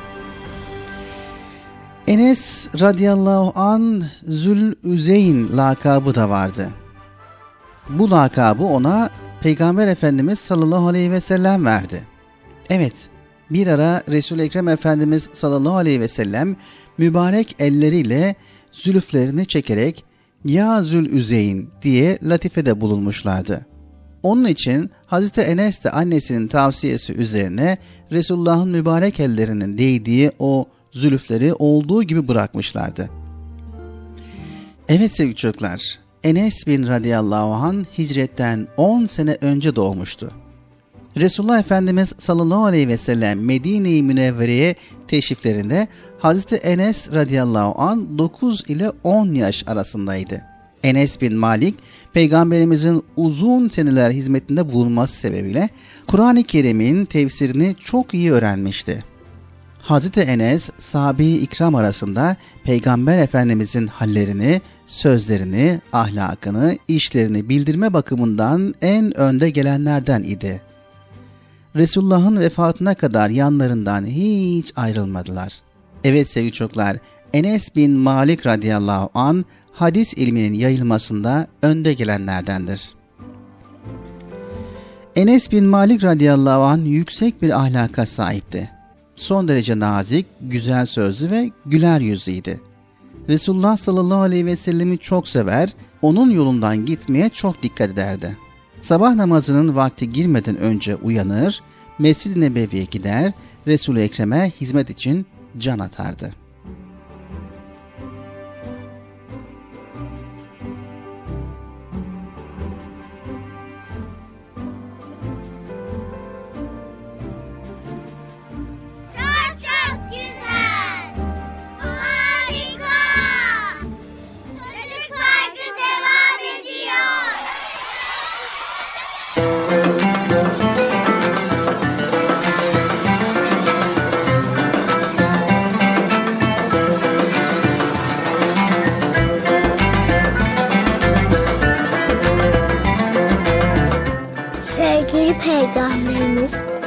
[SPEAKER 1] Enes radıyallahu an Zülüzeyn lakabı da vardı. Bu lakabı ona Peygamber Efendimiz sallallahu aleyhi ve sellem verdi. Evet, bir ara Resul-i Ekrem Efendimiz sallallahu aleyhi ve sellem mübarek elleriyle zülüflerini çekerek "Ya Zülüzeyn" diye latifede bulunmuşlardı. Onun için Hazreti Enes de annesinin tavsiyesi üzerine Resulullah'ın mübarek ellerinin değdiği o zülüfleri olduğu gibi bırakmışlardı. Evet sevgili çocuklar, Enes bin radıyallahu anh hicretten on sene önce doğmuştu. Resulullah Efendimiz sallallahu aleyhi ve sellem Medine-i Münevvere'ye teşriflerinde Hazreti Enes radıyallahu anh dokuz ile on yaş arasındaydı. Enes bin Malik, Peygamberimizin uzun seneler hizmetinde bulunması sebebiyle Kur'an-ı Kerim'in tefsirini çok iyi öğrenmişti. Hazreti Enes, sahabe-i ikram arasında Peygamber Efendimizin hallerini, sözlerini, ahlakını, işlerini bildirme bakımından en önde gelenlerden idi. Resulullah'ın vefatına kadar yanlarından hiç ayrılmadılar. Evet sevgili çocuklar, Enes bin Malik radıyallahu an hadis ilminin yayılmasında önde gelenlerdendir. Enes bin Malik radıyallahu an yüksek bir ahlaka sahipti. Son derece nazik, güzel sözlü ve güler yüzlüydü. Resulullah sallallahu aleyhi ve sellemi çok sever, onun yolundan gitmeye çok dikkat ederdi. Sabah namazının vakti girmeden önce uyanır, Mescid-i Nebevi'ye gider, Resul-i Ekrem'e hizmet için can atardı.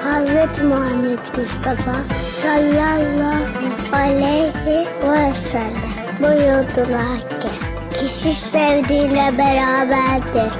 [SPEAKER 3] Hazreti Muhammed Mustafa sallallahu aleyhi ve sellem buyurdular ki kişi sevdiğiyle beraberdir.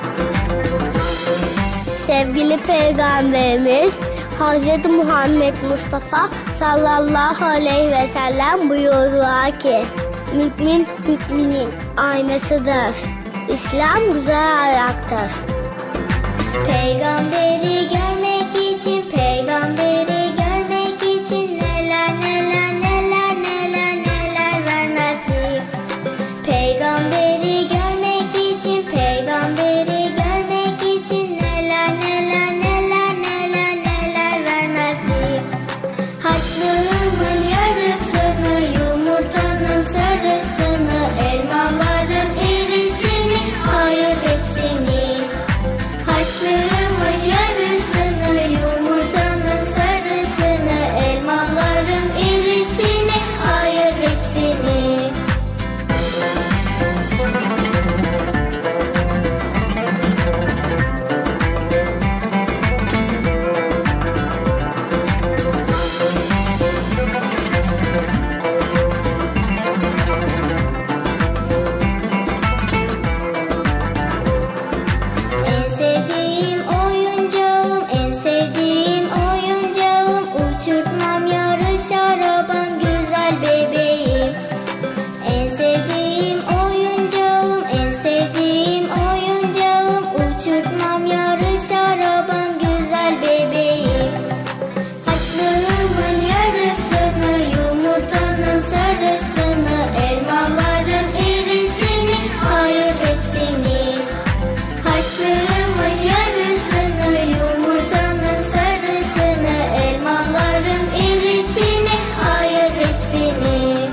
[SPEAKER 3] Sevgili Peygamberimiz Hazreti Muhammed Mustafa sallallahu aleyhi ve sellem buyurdular ki mümin müminin aynasıdır. İslam güzel ayaktır. Peygamberi görmek için, peygamberi görmek için neler neler neler neler neler vermezdi. Peygamberi görmek için, peygamberi görmek için neler neler neler neler neler vermezdi. Haçlığımın yarısını, yumurtanın sarısını, elmaların erisini, hayır hepsini. Haçlığımın yarısını, yumurtanın sarısını, elmaların erisini, hayır hepsini. En sevdiğim oyuncağım, en sevdiğim oyuncağım, uçurtmam yarış arabam, güzel bebeğim. En sevdiğim oyuncağım, en sevdiğim oyuncağım, uçurtmam yarış arabam, güzel bebeğim. Haçlığımın yarısını, yumurtanın sarısını, elmaların erisini, hayır hepsini. Haçlığımın yarısını, yumurtanın sarısını, elmaların erisini, hayır hepsini.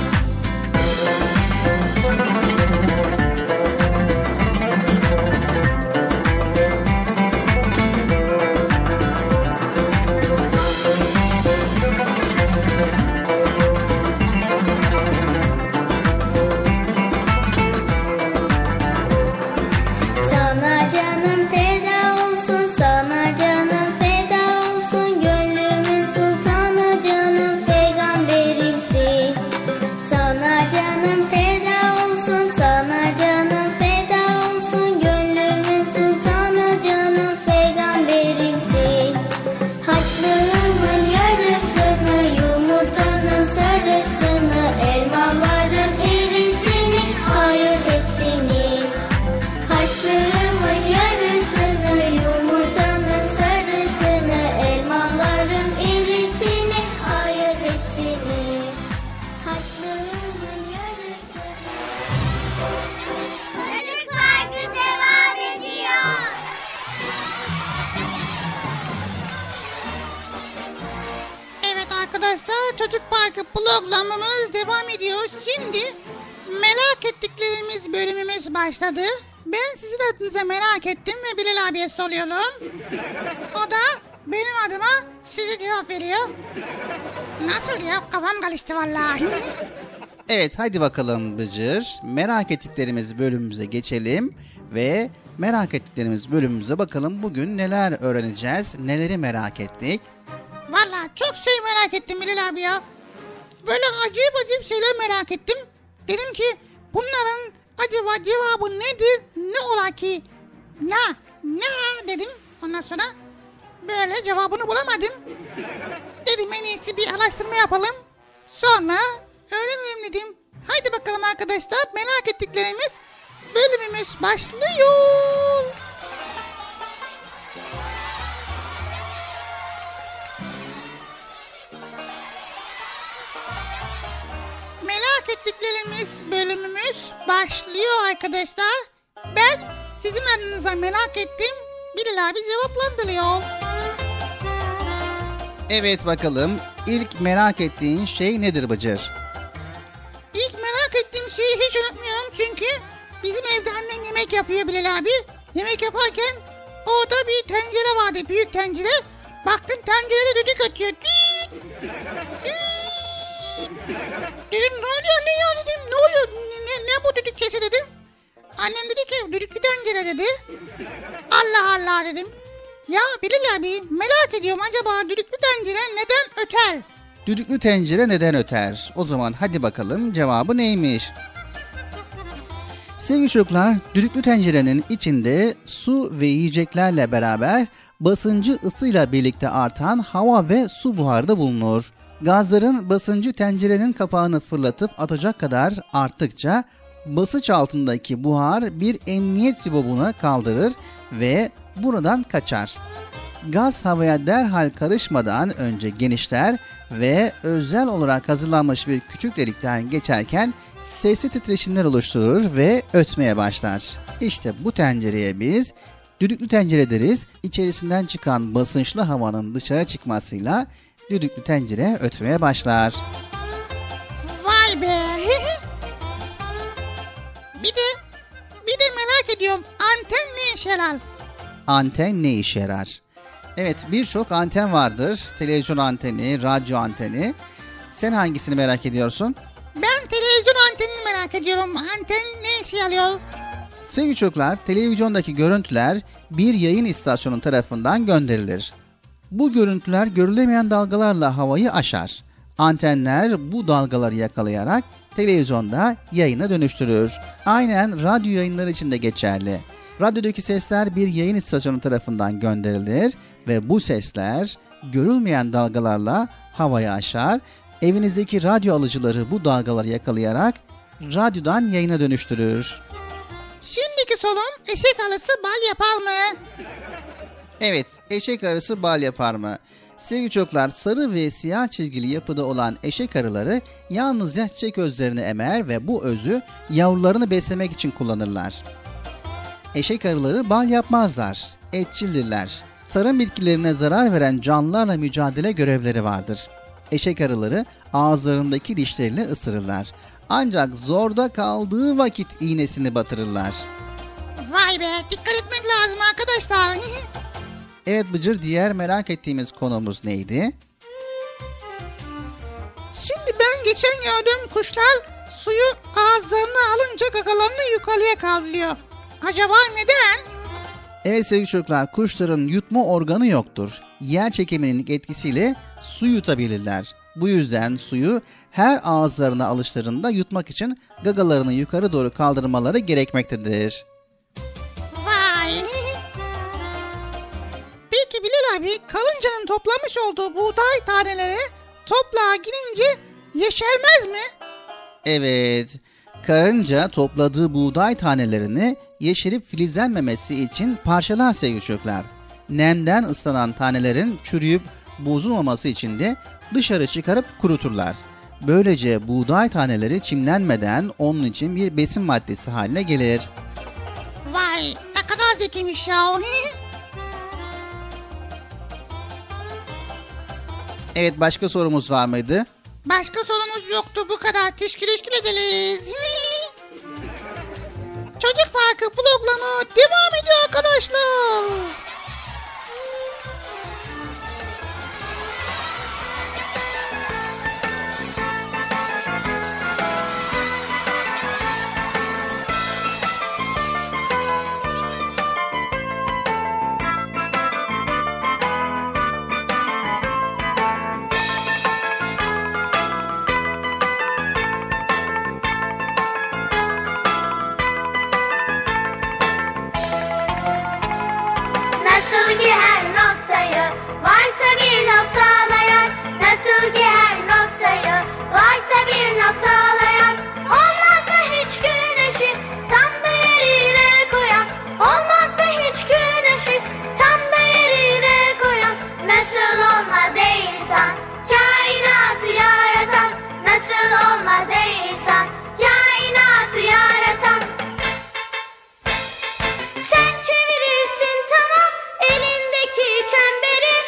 [SPEAKER 3] Sana canım feda olsun, sana canım feda olsun, gönlümün sultanı canım peygamberimsin. Sana canım feda olsun, sana canım feda olsun, gönlümün sultanı canım peygamberimsin. Haçlığımın yarısını, yumurtanın sarısını, elmaların erisini, hayır hepsini. Haçlığımın yarısını, yumurtanın sarısını, elmaların erisini, hayır hepsini. Haçlığımın yarısını. Çocuk Parkı devam ediyor.
[SPEAKER 4] Evet arkadaşlar, Çocuk Parkı programımız devam ediyor. Şimdi merak ettiklerimiz bölümümüz başladı. Ben sizin adınıza merak ettim ve Bilal abiye soruyorum. O da benim adıma size cevap veriyor. Nasıl ya? Kafam karıştı vallahi.
[SPEAKER 1] Evet, hadi bakalım Bıcır. Merak ettiklerimiz bölümümüze geçelim ve merak ettiklerimiz bölümümüze bakalım bugün neler öğreneceğiz, neleri merak ettik.
[SPEAKER 4] Vallahi çok şey merak ettim Bilal abi ya. Böyle acayip acayip şeyler merak ettim. Dedim ki bunların acaba cevabı nedir? Ne ola ki? Ne? Ne dedim. Ondan sonra böyle cevabını bulamadım. Dedim en iyisi bir araştırma yapalım. Sonra öğrenelim dedim. Haydi bakalım arkadaşlar, merak ettiklerimiz bölümümüz başlıyor. Merak ettiklerimiz bölümümüz başlıyor arkadaşlar. Ben sizin adınıza merak ettim. Bilal abi cevaplandırıyor.
[SPEAKER 1] Evet bakalım, ilk merak ettiğin şey nedir Bıcır?
[SPEAKER 4] İlk merak ettiğim şeyi hiç unutmuyorum çünkü bizim evde annem yemek yapıyor Bilal abi. Yemek yaparken orada bir tencere vardı, büyük tencere. Baktım tencerede düdük ötüyor. Düt, düt. Dedim ne oluyor ne ya dedim, ne oluyor ne, ne, ne bu düdük sesi dedim. Annem dedi ki düdüklü tencere dedi. Allah Allah dedim. Ya Bilal abi, merak ediyorum, acaba düdüklü tencere neden öter?
[SPEAKER 1] Düdüklü tencere neden öter? O zaman hadi bakalım cevabı neymiş? Sevgili çocuklar, düdüklü tencerenin içinde su ve yiyeceklerle beraber basıncı ısıyla birlikte artan hava ve su buharı da bulunur. Gazların basıncı tencerenin kapağını fırlatıp atacak kadar arttıkça basınç altındaki buhar bir emniyet sibobuna kaldırır ve buradan kaçar. Gaz havaya derhal karışmadan önce genişler ve özel olarak hazırlanmış bir küçük delikten geçerken sesli titreşimler oluşturur ve ötmeye başlar. İşte bu tencereye biz düdüklü tencere deriz. İçerisinden çıkan basınçlı havanın dışarı çıkmasıyla düdüklü tencere ötmeye başlar.
[SPEAKER 4] Vay be! bir de bir de merak ediyorum, anten ne işe yarar?
[SPEAKER 1] Anten ne işe yarar? Evet, birçok anten vardır. Televizyon anteni, radyo anteni. Sen hangisini merak ediyorsun?
[SPEAKER 4] Ben televizyon antenini merak ediyorum. Anten ne işe yarıyor?
[SPEAKER 1] Sevgili çocuklar, televizyondaki görüntüler bir yayın istasyonu tarafından gönderilir. Bu görüntüler görülemeyen dalgalarla havayı aşar. Antenler bu dalgaları yakalayarak televizyonda yayına dönüştürür. Aynen radyo yayınları için de geçerli. Radyodaki sesler bir yayın istasyonu tarafından gönderilir ve bu sesler görülmeyen dalgalarla havaya aşar. Evinizdeki radyo alıcıları bu dalgaları yakalayarak radyodan yayına dönüştürür.
[SPEAKER 4] Şimdiki sorum, eşek arısı bal yapar mı?
[SPEAKER 1] Evet, eşek arısı bal yapar mı? Sevgili çocuklar, sarı ve siyah çizgili yapıda olan eşek arıları yalnızca çiçek özlerini emer ve bu özü yavrularını beslemek için kullanırlar. Eşek arıları bal yapmazlar, etçildirler. Tarım bitkilerine zarar veren canlılarla mücadele görevleri vardır. Eşek arıları ağızlarındaki dişleriyle ısırırlar. Ancak zorda kaldığı vakit iğnesini batırırlar.
[SPEAKER 4] Vay be, dikkat etmek lazım arkadaşlar.
[SPEAKER 1] Evet Bıcır, diğer merak ettiğimiz konumuz neydi?
[SPEAKER 4] Şimdi ben geçen gördüğüm kuşlar suyu ağızlarına alınca gagalarını yukarıya kaldırıyor. Acaba neden?
[SPEAKER 1] Evet sevgili çocuklar, kuşların yutma organı yoktur. Yer çekiminin etkisiyle su yutabilirler. Bu yüzden suyu her ağızlarına alışlarında yutmak için gagalarını yukarı doğru kaldırmaları gerekmektedir.
[SPEAKER 4] Vay! Peki Bilal abi, karıncanın toplamış olduğu buğday taneleri toprağa girince yeşermez mi?
[SPEAKER 1] Evet, karınca topladığı buğday tanelerini yeşerip filizlenmemesi için parçalar sevgili çocuklar. Nemden ıslanan tanelerin çürüyüp bozulmaması için de dışarı çıkarıp kuruturlar. Böylece buğday taneleri çimlenmeden onun için bir besin maddesi haline gelir.
[SPEAKER 4] Vay, ne kadar zekiymiş ya.
[SPEAKER 1] Evet, başka sorumuz var mıydı?
[SPEAKER 4] Başka sorumuz yoktu, bu kadar. Teşekkür ederiz. Çocuk Parkı programı devam ediyor arkadaşlar.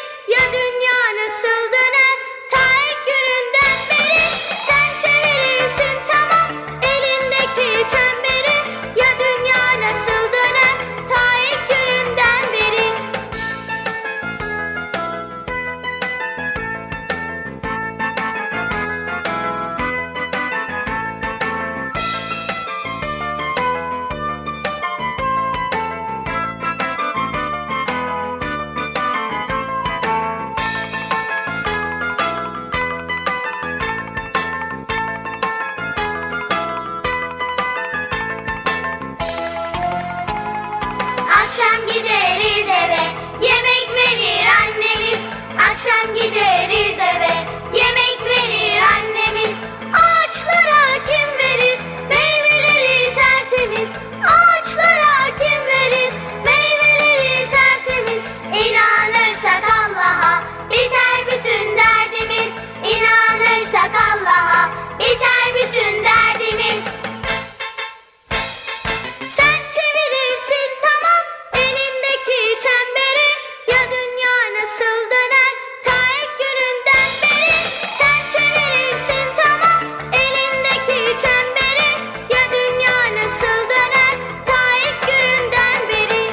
[SPEAKER 3] Sen çevirirsin Akşam gideriz eve, yemek verir annemiz. Akşam gideriz eve, yemek verir annemiz. Ağaçlara kim verir meyveleri tertemiz? Ağaçlara kim verir meyveleri tertemiz? İnanırsak Allah'a biter bütün derdimiz. İnanırsak Allah'a biter bütün derdimiz. Sen çevirirsin tamam elindeki çemberi. Ya dünya nasıl döner ta ilk gününden beri. Sen çevirirsin tamam elindeki çemberi. Ya dünya nasıl döner ta ilk gününden beri.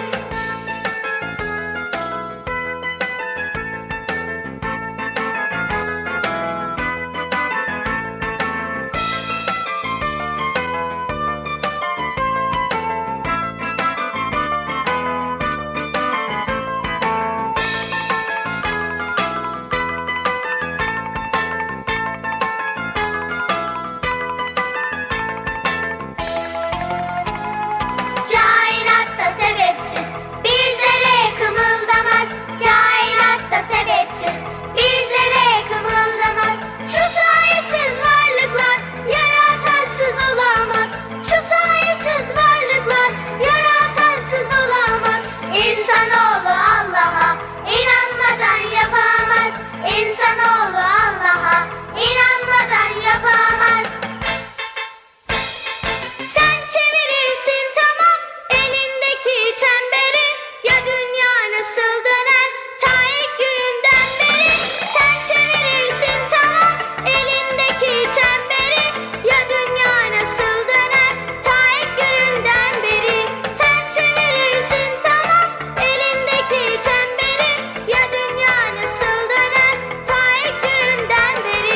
[SPEAKER 3] Kainat da sebepsiz bizlere kımıldamaz. Kainat da sebepsiz bizlere kımıldamaz. Şu sayesiz varlıklar yaratansız olamaz. Şu sayesiz varlıklar yaratansız olamaz. İnsanoğlu Allah'a inanmadan yapamaz. İnsanoğlu Allah'a inanmadan yapamaz. Sen çevirirsin tamam elindeki çemberi. Ya dünya nasıl döner ta ilk gününden beri. Sen çevirirsin tamam elindeki çemberi. Ya dünya nasıl döner ta ilk gününden beri. Sen çevirirsin tamam elindeki çemberi. Ya dünya nasıl döner ta ilk gününden beri.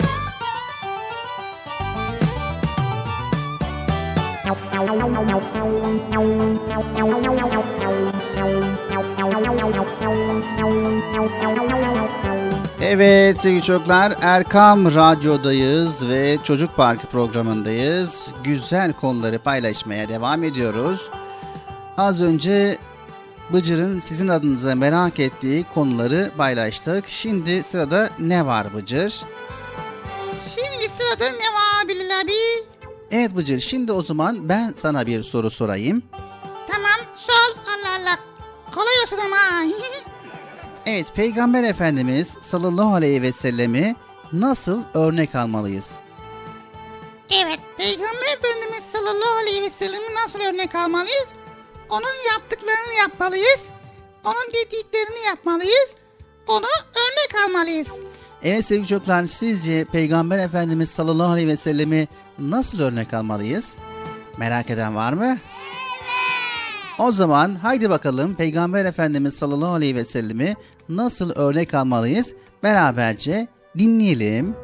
[SPEAKER 1] Evet sevgili çocuklar, Erkam Radyo'dayız ve Çocuk Parkı programındayız. Güzel konuları paylaşmaya devam ediyoruz. Az önce Bıcır'ın sizin adınıza merak ettiği konuları paylaştık. Şimdi sırada ne var Bıcır?
[SPEAKER 4] Şimdi sırada ne var Bilal abi?
[SPEAKER 1] Evet Bıcır, şimdi o zaman ben sana bir soru sorayım.
[SPEAKER 4] Tamam sol. Allah Allah. Kolay olsun ama.
[SPEAKER 1] Evet, Peygamber Efendimiz sallallahu aleyhi ve sellemi nasıl örnek almalıyız?
[SPEAKER 4] Evet, Peygamber Efendimiz sallallahu aleyhi ve sellemi nasıl örnek almalıyız? Onun yaptıklarını yapmalıyız. Onun dediklerini yapmalıyız. Onu örnek almalıyız.
[SPEAKER 1] Evet sevgili çocuklar, sizce Peygamber Efendimiz sallallahu aleyhi ve sellemi nasıl örnek almalıyız? Merak eden var mı? O zaman haydi bakalım Peygamber Efendimiz sallallahu aleyhi ve sellemi nasıl örnek almalıyız? Beraberce dinleyelim.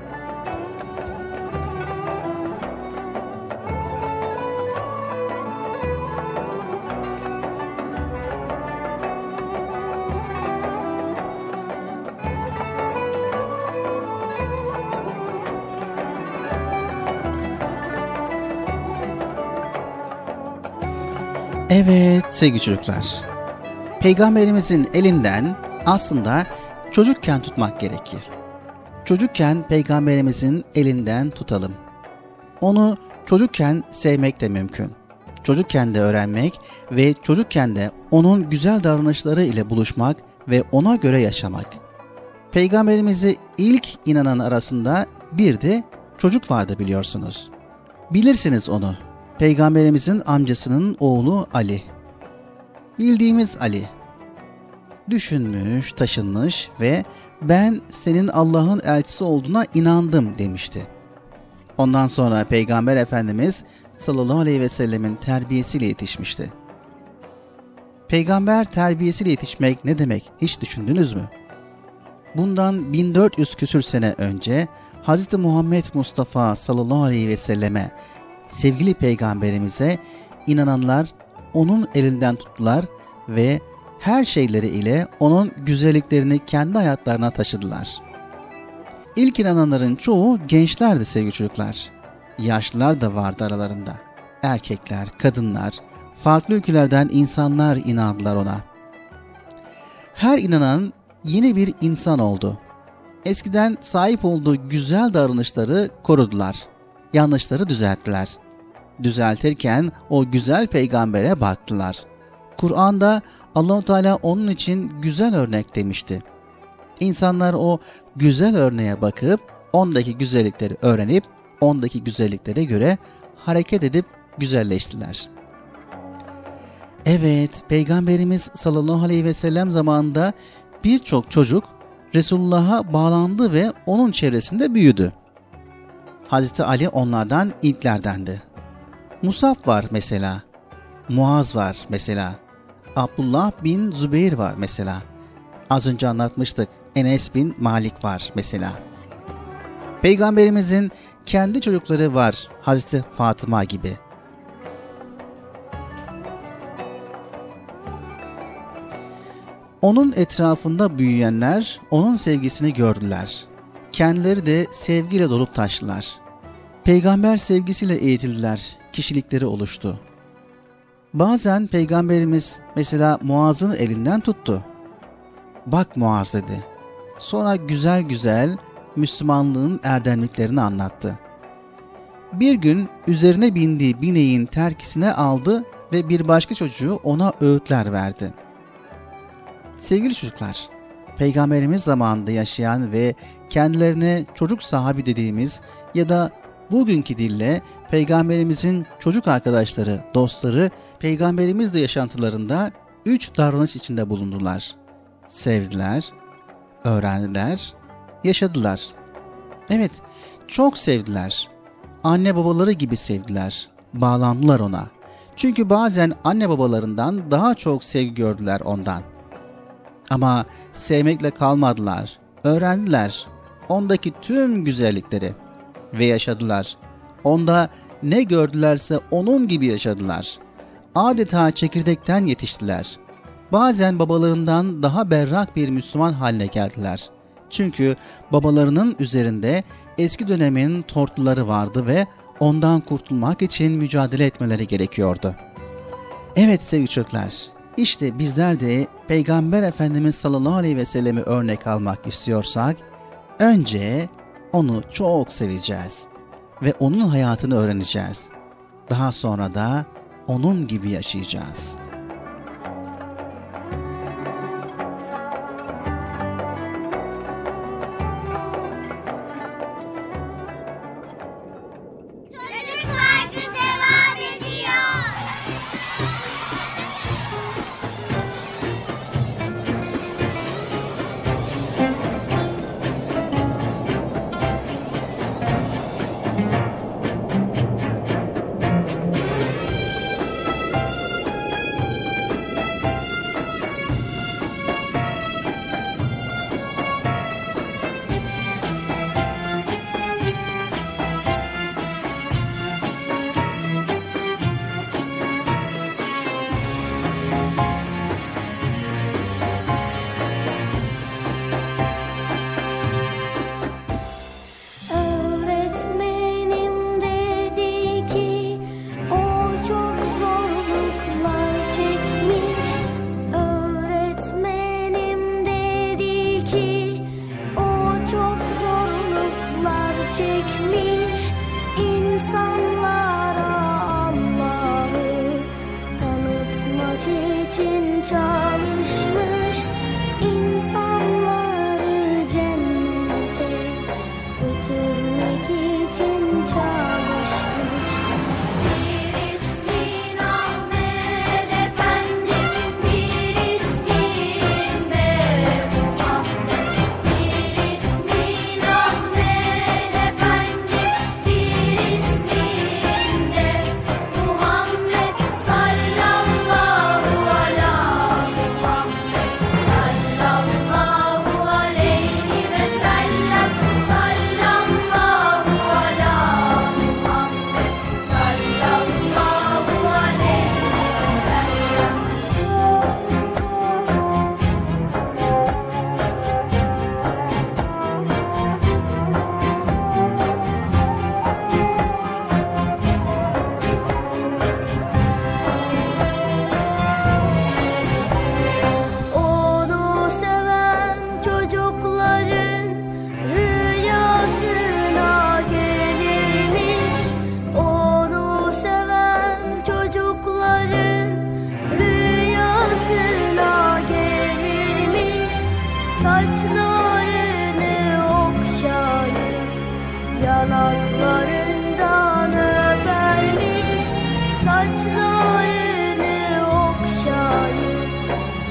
[SPEAKER 1] Evet sevgili çocuklar, Peygamberimizin elinden aslında çocukken tutmak gerekir. Çocukken Peygamberimizin elinden tutalım. Onu çocukken sevmek de mümkün. Çocukken de öğrenmek ve çocukken de onun güzel davranışları ile buluşmak ve ona göre yaşamak. Peygamberimize ilk inanan arasında bir de çocuk vardı biliyorsunuz. Bilirsiniz onu. Peygamberimizin amcasının oğlu Ali. Bildiğimiz Ali. Düşünmüş, taşınmış ve ben senin Allah'ın elçisi olduğuna inandım demişti. Ondan sonra Peygamber Efendimiz sallallahu aleyhi ve sellemin terbiyesiyle yetişmişti. Peygamber terbiyesiyle yetişmek ne demek hiç düşündünüz mü? Bundan bin dört yüz küsür sene önce Hz. Muhammed Mustafa sallallahu aleyhi ve selleme, sevgili peygamberimize inananlar onun elinden tuttular ve her şeyleri ile onun güzelliklerini kendi hayatlarına taşıdılar. İlk inananların çoğu gençlerdi sevgili çocuklar. Yaşlılar da vardı aralarında. Erkekler, kadınlar, farklı ülkelerden insanlar inandılar ona. Her inanan yeni bir insan oldu. Eskiden sahip olduğu güzel davranışları korudular. Yanlışları düzelttiler. Düzeltirken o güzel peygambere baktılar. Kur'an'da Allah-u Teala onun için güzel örnek demişti. İnsanlar o güzel örneğe bakıp ondaki güzellikleri öğrenip ondaki güzelliklere göre hareket edip güzelleştiler. Evet, Peygamberimiz sallallahu aleyhi ve sellem zamanında birçok çocuk Resulullah'a bağlandı ve onun çevresinde büyüdü. Hazreti Ali onlardan ilklerdendi. Musab var mesela, Muaz var mesela, Abdullah bin Zübeyir var mesela. Az önce anlatmıştık, Enes bin Malik var mesela. Peygamberimizin kendi çocukları var, Hazreti Fatıma gibi. Onun etrafında büyüyenler onun sevgisini gördüler. Kendileri de sevgiyle dolup taştılar. Peygamber sevgisiyle eğitildiler, kişilikleri oluştu. Bazen Peygamberimiz mesela Muaz'ın elinden tuttu. Bak Muaz dedi. Sonra güzel güzel Müslümanlığın erdemliklerini anlattı. Bir gün üzerine bindiği bineğin terkisine aldı ve bir başka çocuğu ona öğütler verdi. Sevgili çocuklar, Peygamberimiz zamanında yaşayan ve kendilerine çocuk sahabi dediğimiz ya da bugünkü dille Peygamberimizin çocuk arkadaşları, dostları, Peygamberimizle yaşantılarında üç davranış içinde bulundular. Sevdiler, öğrendiler, yaşadılar. Evet, çok sevdiler. Anne babaları gibi sevdiler, bağlandılar ona. Çünkü bazen anne babalarından daha çok sevgi gördüler ondan. Ama sevmekle kalmadılar, öğrendiler ondaki tüm güzellikleri ve yaşadılar. Onda ne gördülerse onun gibi yaşadılar. Adeta çekirdekten yetiştiler. Bazen babalarından daha berrak bir Müslüman haline geldiler. Çünkü babalarının üzerinde eski dönemin tortuları vardı ve ondan kurtulmak için mücadele etmeleri gerekiyordu. Evet sevgili çocuklar, işte bizler de Peygamber Efendimiz sallallahu aleyhi ve sellemi örnek almak istiyorsak, önce onu çok seveceğiz ve onun hayatını öğreneceğiz. Daha sonra da onun gibi yaşayacağız.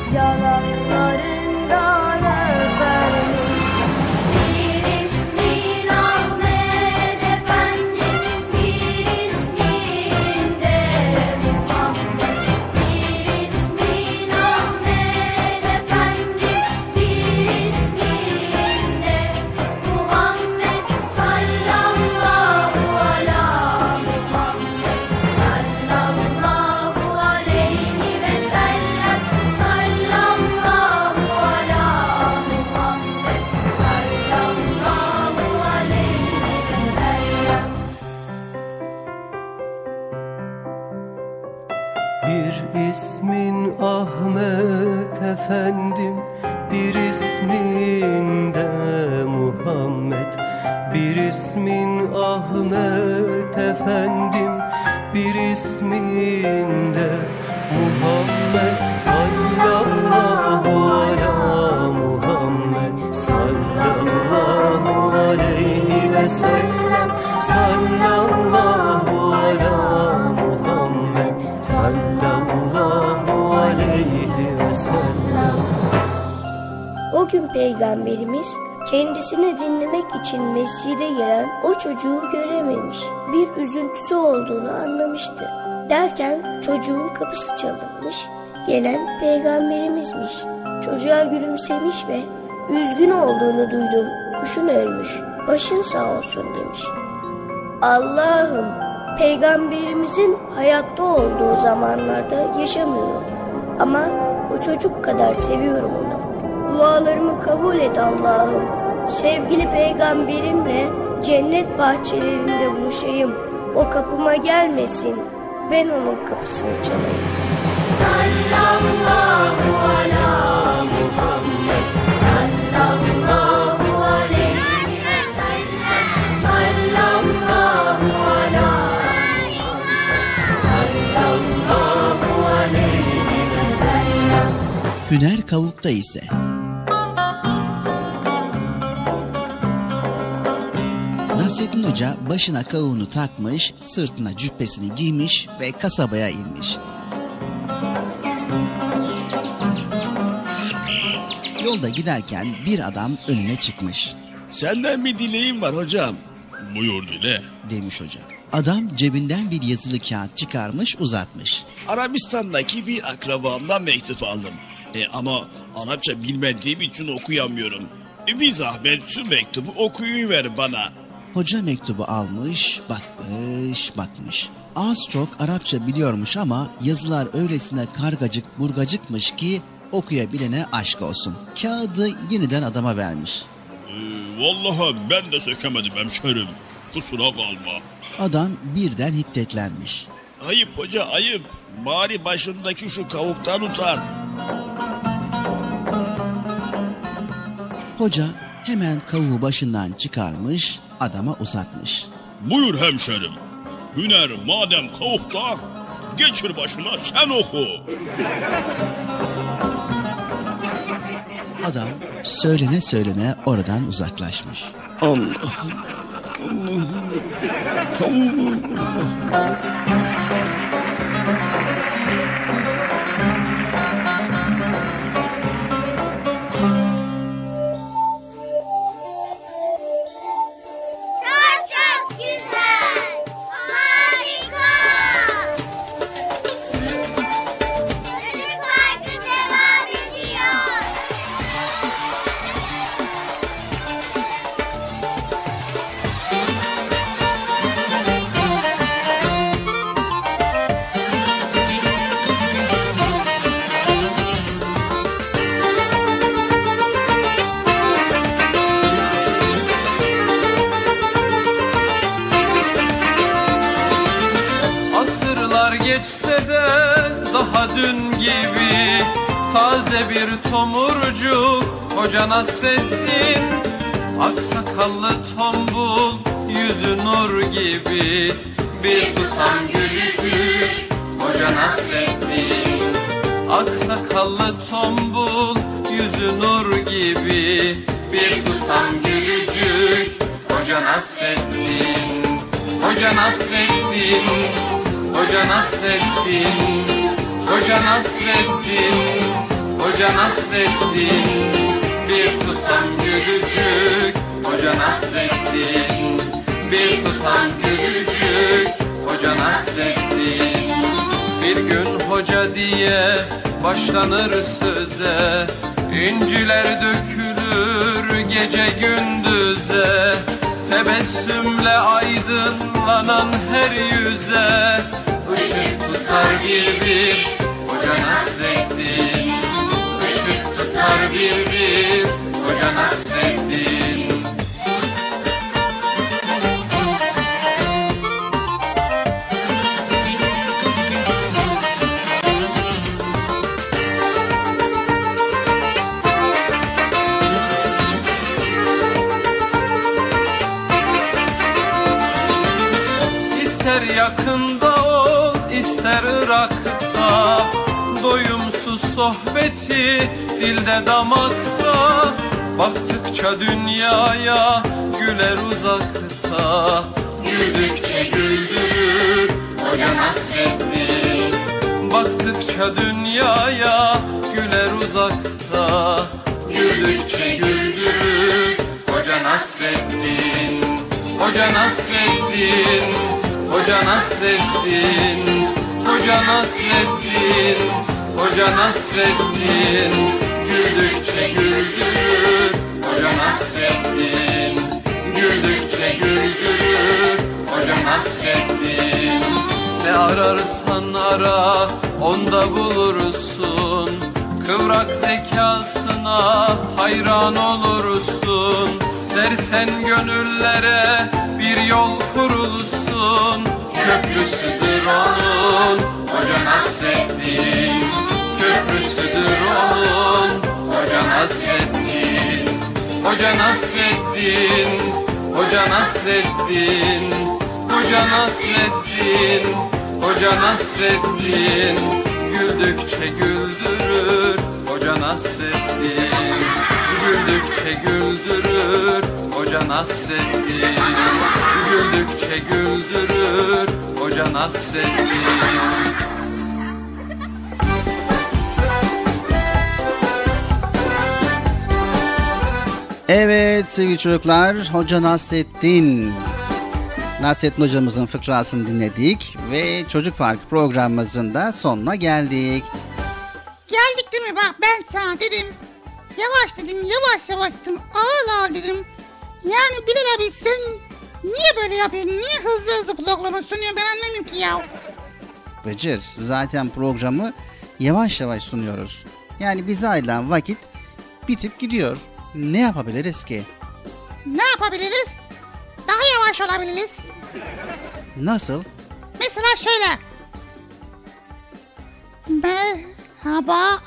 [SPEAKER 3] yanaklarından öpermiş. Bir ismin Ahmet Efendi, bir ismin de Muhammed. Bir ismin Ahmet Efendi, bir ismin de Muhammed. Sallallahu ala Muhammed, sallallahu aleyhi ve sellem. Sallallahu ala Muhammed, sallallahu aleyhi ve sellem.
[SPEAKER 9] Bir ismin Ahmet efendim, bir ismin de Muhammed. Bir ismin Ahmet efendim, bir ismin de Muhammed. Sallallahu ala Muhammed, sallallahu aleyhi ve sellem. Sallallahu ala Muhammed, sallallahu aleyhi ve sellem.
[SPEAKER 10] O gün Peygamberimiz kendisini dinlemek için mescide gelen o çocuğu görememiş. Bir üzüntüsü olduğunu anlamıştı. Derken çocuğun kapısı çalınmış. Gelen Peygamberimizmiş. Çocuğa gülümsemiş ve üzgün olduğunu duydum. Kuşun ölmüş. Başın sağ olsun demiş. Allah'ım, Peygamberimizin hayatta olduğu zamanlarda yaşamıyorum. Ama o çocuk kadar seviyorum onu. Dualarımı kabul et Allah'ım. Sevgili Peygamberimle cennet bahçelerinde buluşayım. O kapıma gelmesin, ben onun kapısını çalayım.
[SPEAKER 3] Sallallahu ala Muhammed, sallallahu aleyhi ve sellem. Sallallahu ala Muhammed, sallallahu aleyhi ve sellem.
[SPEAKER 1] Hüner kavukta ise. Nasrettin Hoca başına kavuğunu takmış, sırtına cübbesini giymiş ve kasabaya inmiş. Yolda giderken bir adam önüne çıkmış.
[SPEAKER 2] Senden bir dileğim var hocam. Buyur dile.
[SPEAKER 1] Demiş hoca. Adam cebinden bir yazılı kağıt çıkarmış, uzatmış.
[SPEAKER 2] Arabistan'daki bir akrabamdan mektup aldım. E, ama Arapça bilmediğim için okuyamıyorum. E, bir zahmet şu mektubu okuyuver bana.
[SPEAKER 1] Hoca mektubu almış, bakmış, bakmış. Az çok Arapça biliyormuş ama yazılar öylesine kargacık burgacıkmış ki okuyabilene aşk olsun. Kağıdı yeniden adama vermiş.
[SPEAKER 2] Ee, vallahi ben de sökemedim hemşerim. Kusura kalma.
[SPEAKER 1] Adam birden hiddetlenmiş.
[SPEAKER 2] Ayıp hoca ayıp. Bari başındaki şu kavuktan utan.
[SPEAKER 1] Hoca hemen kavuğu başından çıkarmış, adama uzatmış.
[SPEAKER 2] Buyur hemşerim. Hüner madem kavukta, geçir başına sen oku.
[SPEAKER 1] Adam söylene söylene oradan uzaklaşmış.
[SPEAKER 2] Allah'ım, Allah'ım,
[SPEAKER 11] taze bir tomurcuk Hoca Nasreddin, aksakallı tombul, yüzü nur gibi bir tutam gülücük Hoca Nasreddin. Aksakallı tombul, yüzü nur gibi bir tutam gülücük Hoca Nasreddin. Hoca Nasreddin, Hoca Nasreddin, Hoca Nasreddin, Hoca Hoca Nasreddin, bir tutam gülücük Hoca Nasreddin, bir tutam gülücük Hoca Nasreddin. Bir gün hoca diye başlanır söze, İnciler dökülür gece gündüze, tebessümle aydınlanan her yüze ışık tutar bir bir Hoca Nasreddin, ışık tutar bir bir Hoca Nasreddin. İster yakında ol, ister Irak'ta, doyumsuz sohbeti dilde damakta, baktıkça dünyaya güler uzakta, güldükçe güldürür Hoca Nasreddin. Baktıkça dünyaya güler uzakta, güldükçe güldürür Hoca Nasreddin. Hoca Nasreddin, Hoca Nasreddin, Hoca Nasreddin, Hoca Nasreddin, güldükçe güldürür Hoca Nasreddin, güldükçe güldürür Hoca Nasreddin. Ne ararsan ara onda bulursun, kıvrak zekasına hayran olursun. Dersen gönüllere bir yol kurulsun, köprüsüdür onun Hoca Nasreddin, köprüsüdür onun Hoca Nasreddin. Hoca Nasreddin, Hoca Nasreddin, Hoca Nasreddin, Hoca Nasreddin, güldükçe güldürür Hoca Nasreddin, güldükçe güldürür Hoca Nasreddin, güldükçe güldürür Hoca Nasreddin.
[SPEAKER 1] Evet sevgili çocuklar, Hoca Nasreddin, Nasreddin hocamızın fıkrasını dinledik ve Çocuk Parkı programımızın da sonuna geldik.
[SPEAKER 4] Geldik değil mi? Bak ben sana dedim. Yavaş dedim, yavaş yavaş dedim, ağır ağır dedim. Yani Bilal abi sen niye böyle yapıyorsun? Niye hızlı hızlı programı sunuyorsun? Ben anlamıyorum ki ya.
[SPEAKER 1] Bıcır, zaten programı yavaş yavaş sunuyoruz. Yani bize ayrılan vakit bitip gidiyor. Ne yapabiliriz ki?
[SPEAKER 4] Ne yapabiliriz? Daha yavaş olabiliriz.
[SPEAKER 1] Nasıl?
[SPEAKER 4] Mesela şöyle. Merhaba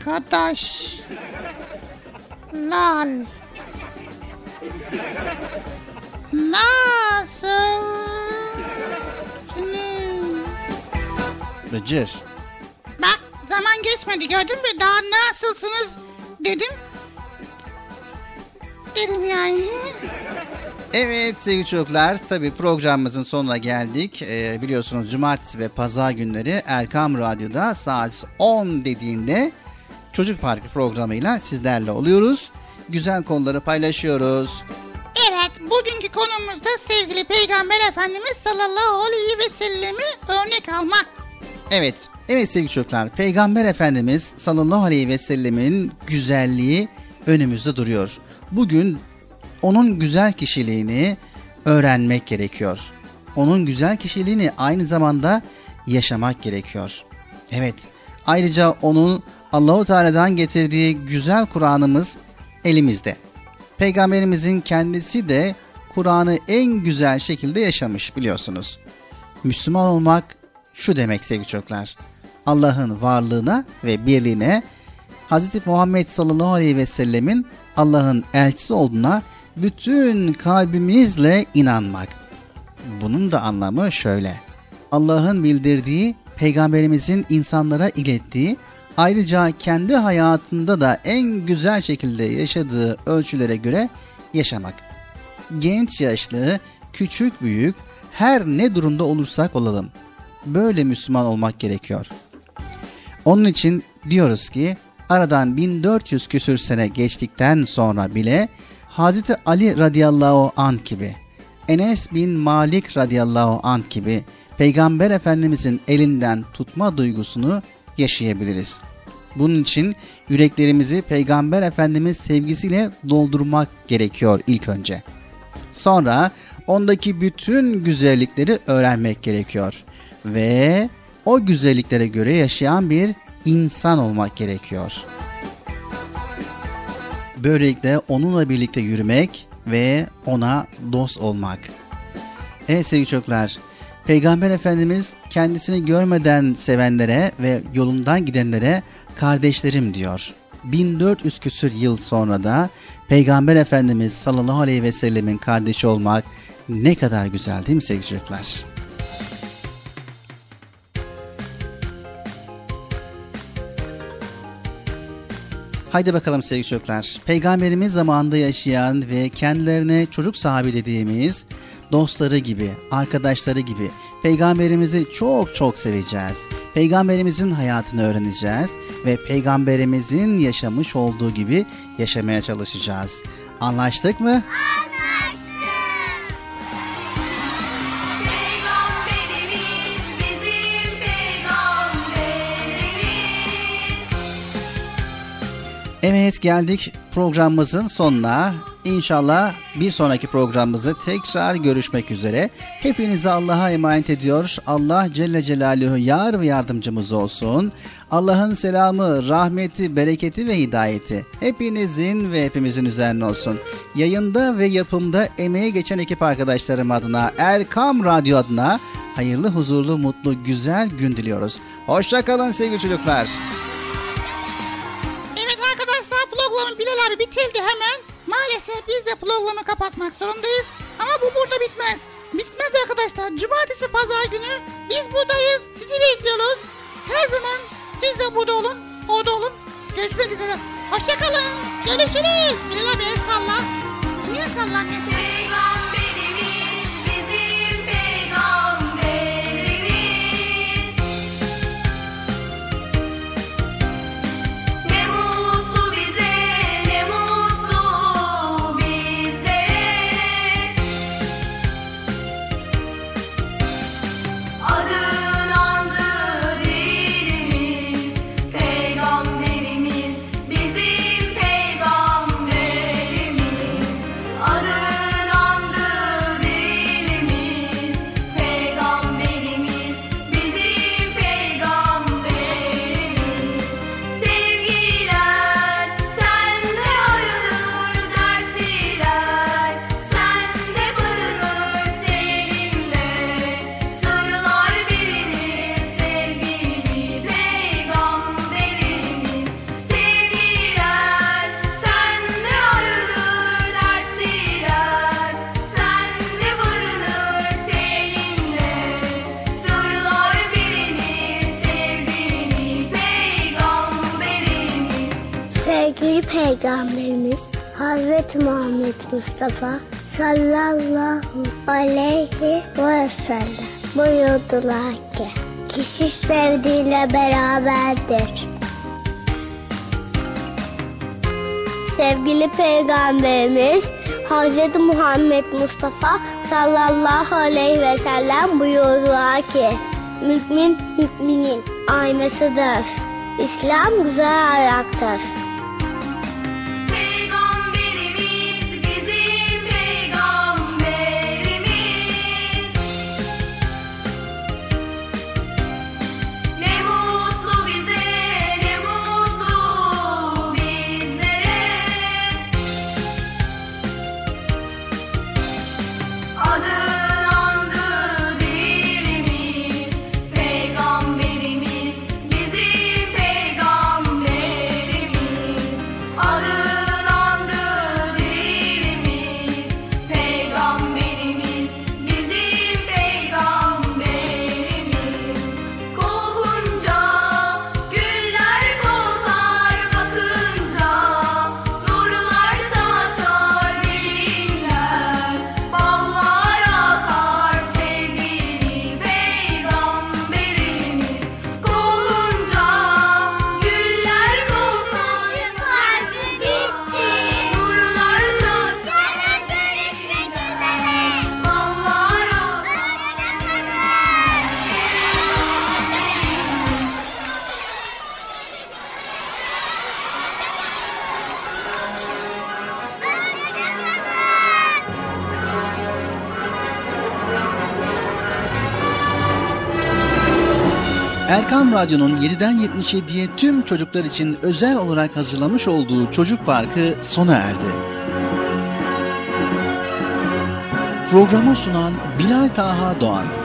[SPEAKER 4] arkadaşlar. Nasılsınız?
[SPEAKER 1] Bıcır.
[SPEAKER 4] Bak zaman geçmedi gördün mü? Daha nasılsınız dedim. Dedim yani.
[SPEAKER 1] Evet sevgili çocuklar, tabii programımızın sonuna geldik. Ee, biliyorsunuz cumartesi ve pazar günleri Erkam Radyo'da saat on dediğinde Çocuk Parkı programıyla sizlerle oluyoruz. Güzel konuları paylaşıyoruz.
[SPEAKER 4] Evet, bugünkü konumuz da sevgili Peygamber Efendimiz sallallahu aleyhi ve sellemi örnek almak.
[SPEAKER 1] Evet, evet sevgili çocuklar, Peygamber Efendimiz sallallahu aleyhi ve sellemin güzelliği önümüzde duruyor. Bugün onun güzel kişiliğini öğrenmek gerekiyor. Onun güzel kişiliğini aynı zamanda yaşamak gerekiyor. Evet, ayrıca onun Allah-u Teala'dan getirdiği güzel Kur'an'ımız elimizde. Peygamberimizin kendisi de Kur'an'ı en güzel şekilde yaşamış biliyorsunuz. Müslüman olmak şu demek sevgili çocuklar. Allah'ın varlığına ve birliğine, Hazreti Muhammed sallallahu aleyhi ve sellemin Allah'ın elçisi olduğuna bütün kalbimizle inanmak. Bunun da anlamı şöyle. Allah'ın bildirdiği, Peygamberimizin insanlara ilettiği, ayrıca kendi hayatında da en güzel şekilde yaşadığı ölçülere göre yaşamak. Genç yaşlı, küçük büyük, her ne durumda olursak olalım, böyle Müslüman olmak gerekiyor. Onun için diyoruz ki aradan bin dört yüz küsür sene geçtikten sonra bile Hazreti Ali radıyallahu anh gibi, Enes bin Malik radıyallahu anh gibi Peygamber Efendimizin elinden tutma duygusunu yaşayabiliriz. Bunun için yüreklerimizi Peygamber Efendimiz sevgisiyle doldurmak gerekiyor ilk önce. Sonra ondaki bütün güzellikleri öğrenmek gerekiyor ve o güzelliklere göre yaşayan bir insan olmak gerekiyor. Böylelikle onunla birlikte yürümek ve ona dost olmak. Evet sevgili çocuklar, Peygamber Efendimiz kendisini görmeden sevenlere ve yolundan gidenlere kardeşlerim diyor. bin dört yüz küsür yıl sonra da Peygamber Efendimiz sallallahu aleyhi ve sellemin kardeşi olmak ne kadar güzel değil mi sevgili çocuklar? Haydi bakalım sevgili çocuklar. Peygamberimiz zamanında yaşayan ve kendilerine çocuk sahibi dediğimiz dostları gibi, arkadaşları gibi Peygamberimizi çok çok seveceğiz. Peygamberimizin hayatını öğreneceğiz ve Peygamberimizin yaşamış olduğu gibi yaşamaya çalışacağız. Anlaştık mı?
[SPEAKER 3] Anlaştık.
[SPEAKER 1] Evet, geldik programımızın sonuna. İnşallah bir sonraki programımızda tekrar görüşmek üzere. Hepinizi Allah'a emanet ediyor. Allah Celle Celaluhu yar ve yardımcımız olsun. Allah'ın selamı, rahmeti, bereketi ve hidayeti hepinizin ve hepimizin üzerine olsun. Yayında ve yapımda emeği geçen ekip arkadaşlarım adına, Erkam Radyo adına hayırlı, huzurlu, mutlu, güzel gün diliyoruz. Hoşça kalın sevgili çocuklar.
[SPEAKER 4] Programın Bilal abi bitirdi hemen. Maalesef biz de programı kapatmak zorundayız. Ama bu burada bitmez. Bitmez arkadaşlar. Cumartesi, pazar günü biz buradayız. Sizi bekliyoruz. Her zaman siz de burada olun. Orada olun. Görüşmek üzere. Hoşçakalın. Görüşürüz. Bilal abi el salla. Niye sallamıyorsun?
[SPEAKER 3] Peygamberimiz bizim peygamberimiz. Ne mutlu bize, ne mutlu bizlere. Adın andı dilimiz, peygamberimiz bizim peygamberimiz. Adın andı dilimiz, peygamberimiz bizim peygamberimiz. Sevgiler sende aranır, dertliler sende barınır seninle. Sırlar bilinir sevgili peygamberimiz. Sevgiler sende aranır, dertliler sende barınır seninle. Sırlar bilinir sevgili peygamberimiz.
[SPEAKER 10] Sevgili Peygamberimiz Hazreti Muhammed Mustafa sallallahu aleyhi ve sellem buyurdular ki kişi sevdiğiyle beraberdir. Sevgili Peygamberimiz Hazreti Muhammed Mustafa sallallahu aleyhi ve sellem buyurdular ki mümin müminin aynasıdır. İslam güzel ayaktır.
[SPEAKER 3] Peygamberimiz bizim peygamberimiz. Ne mutlu bize, ne mutlu bizlere. Adın andı dilimiz, peygamberimiz bizim peygamberimiz.
[SPEAKER 1] Erkam Radyo'nun yediden yetmiş yediye tüm çocuklar için özel olarak hazırlamış olduğu Çocuk Parkı sona erdi. Programı sunan Bilal Taha Doğan.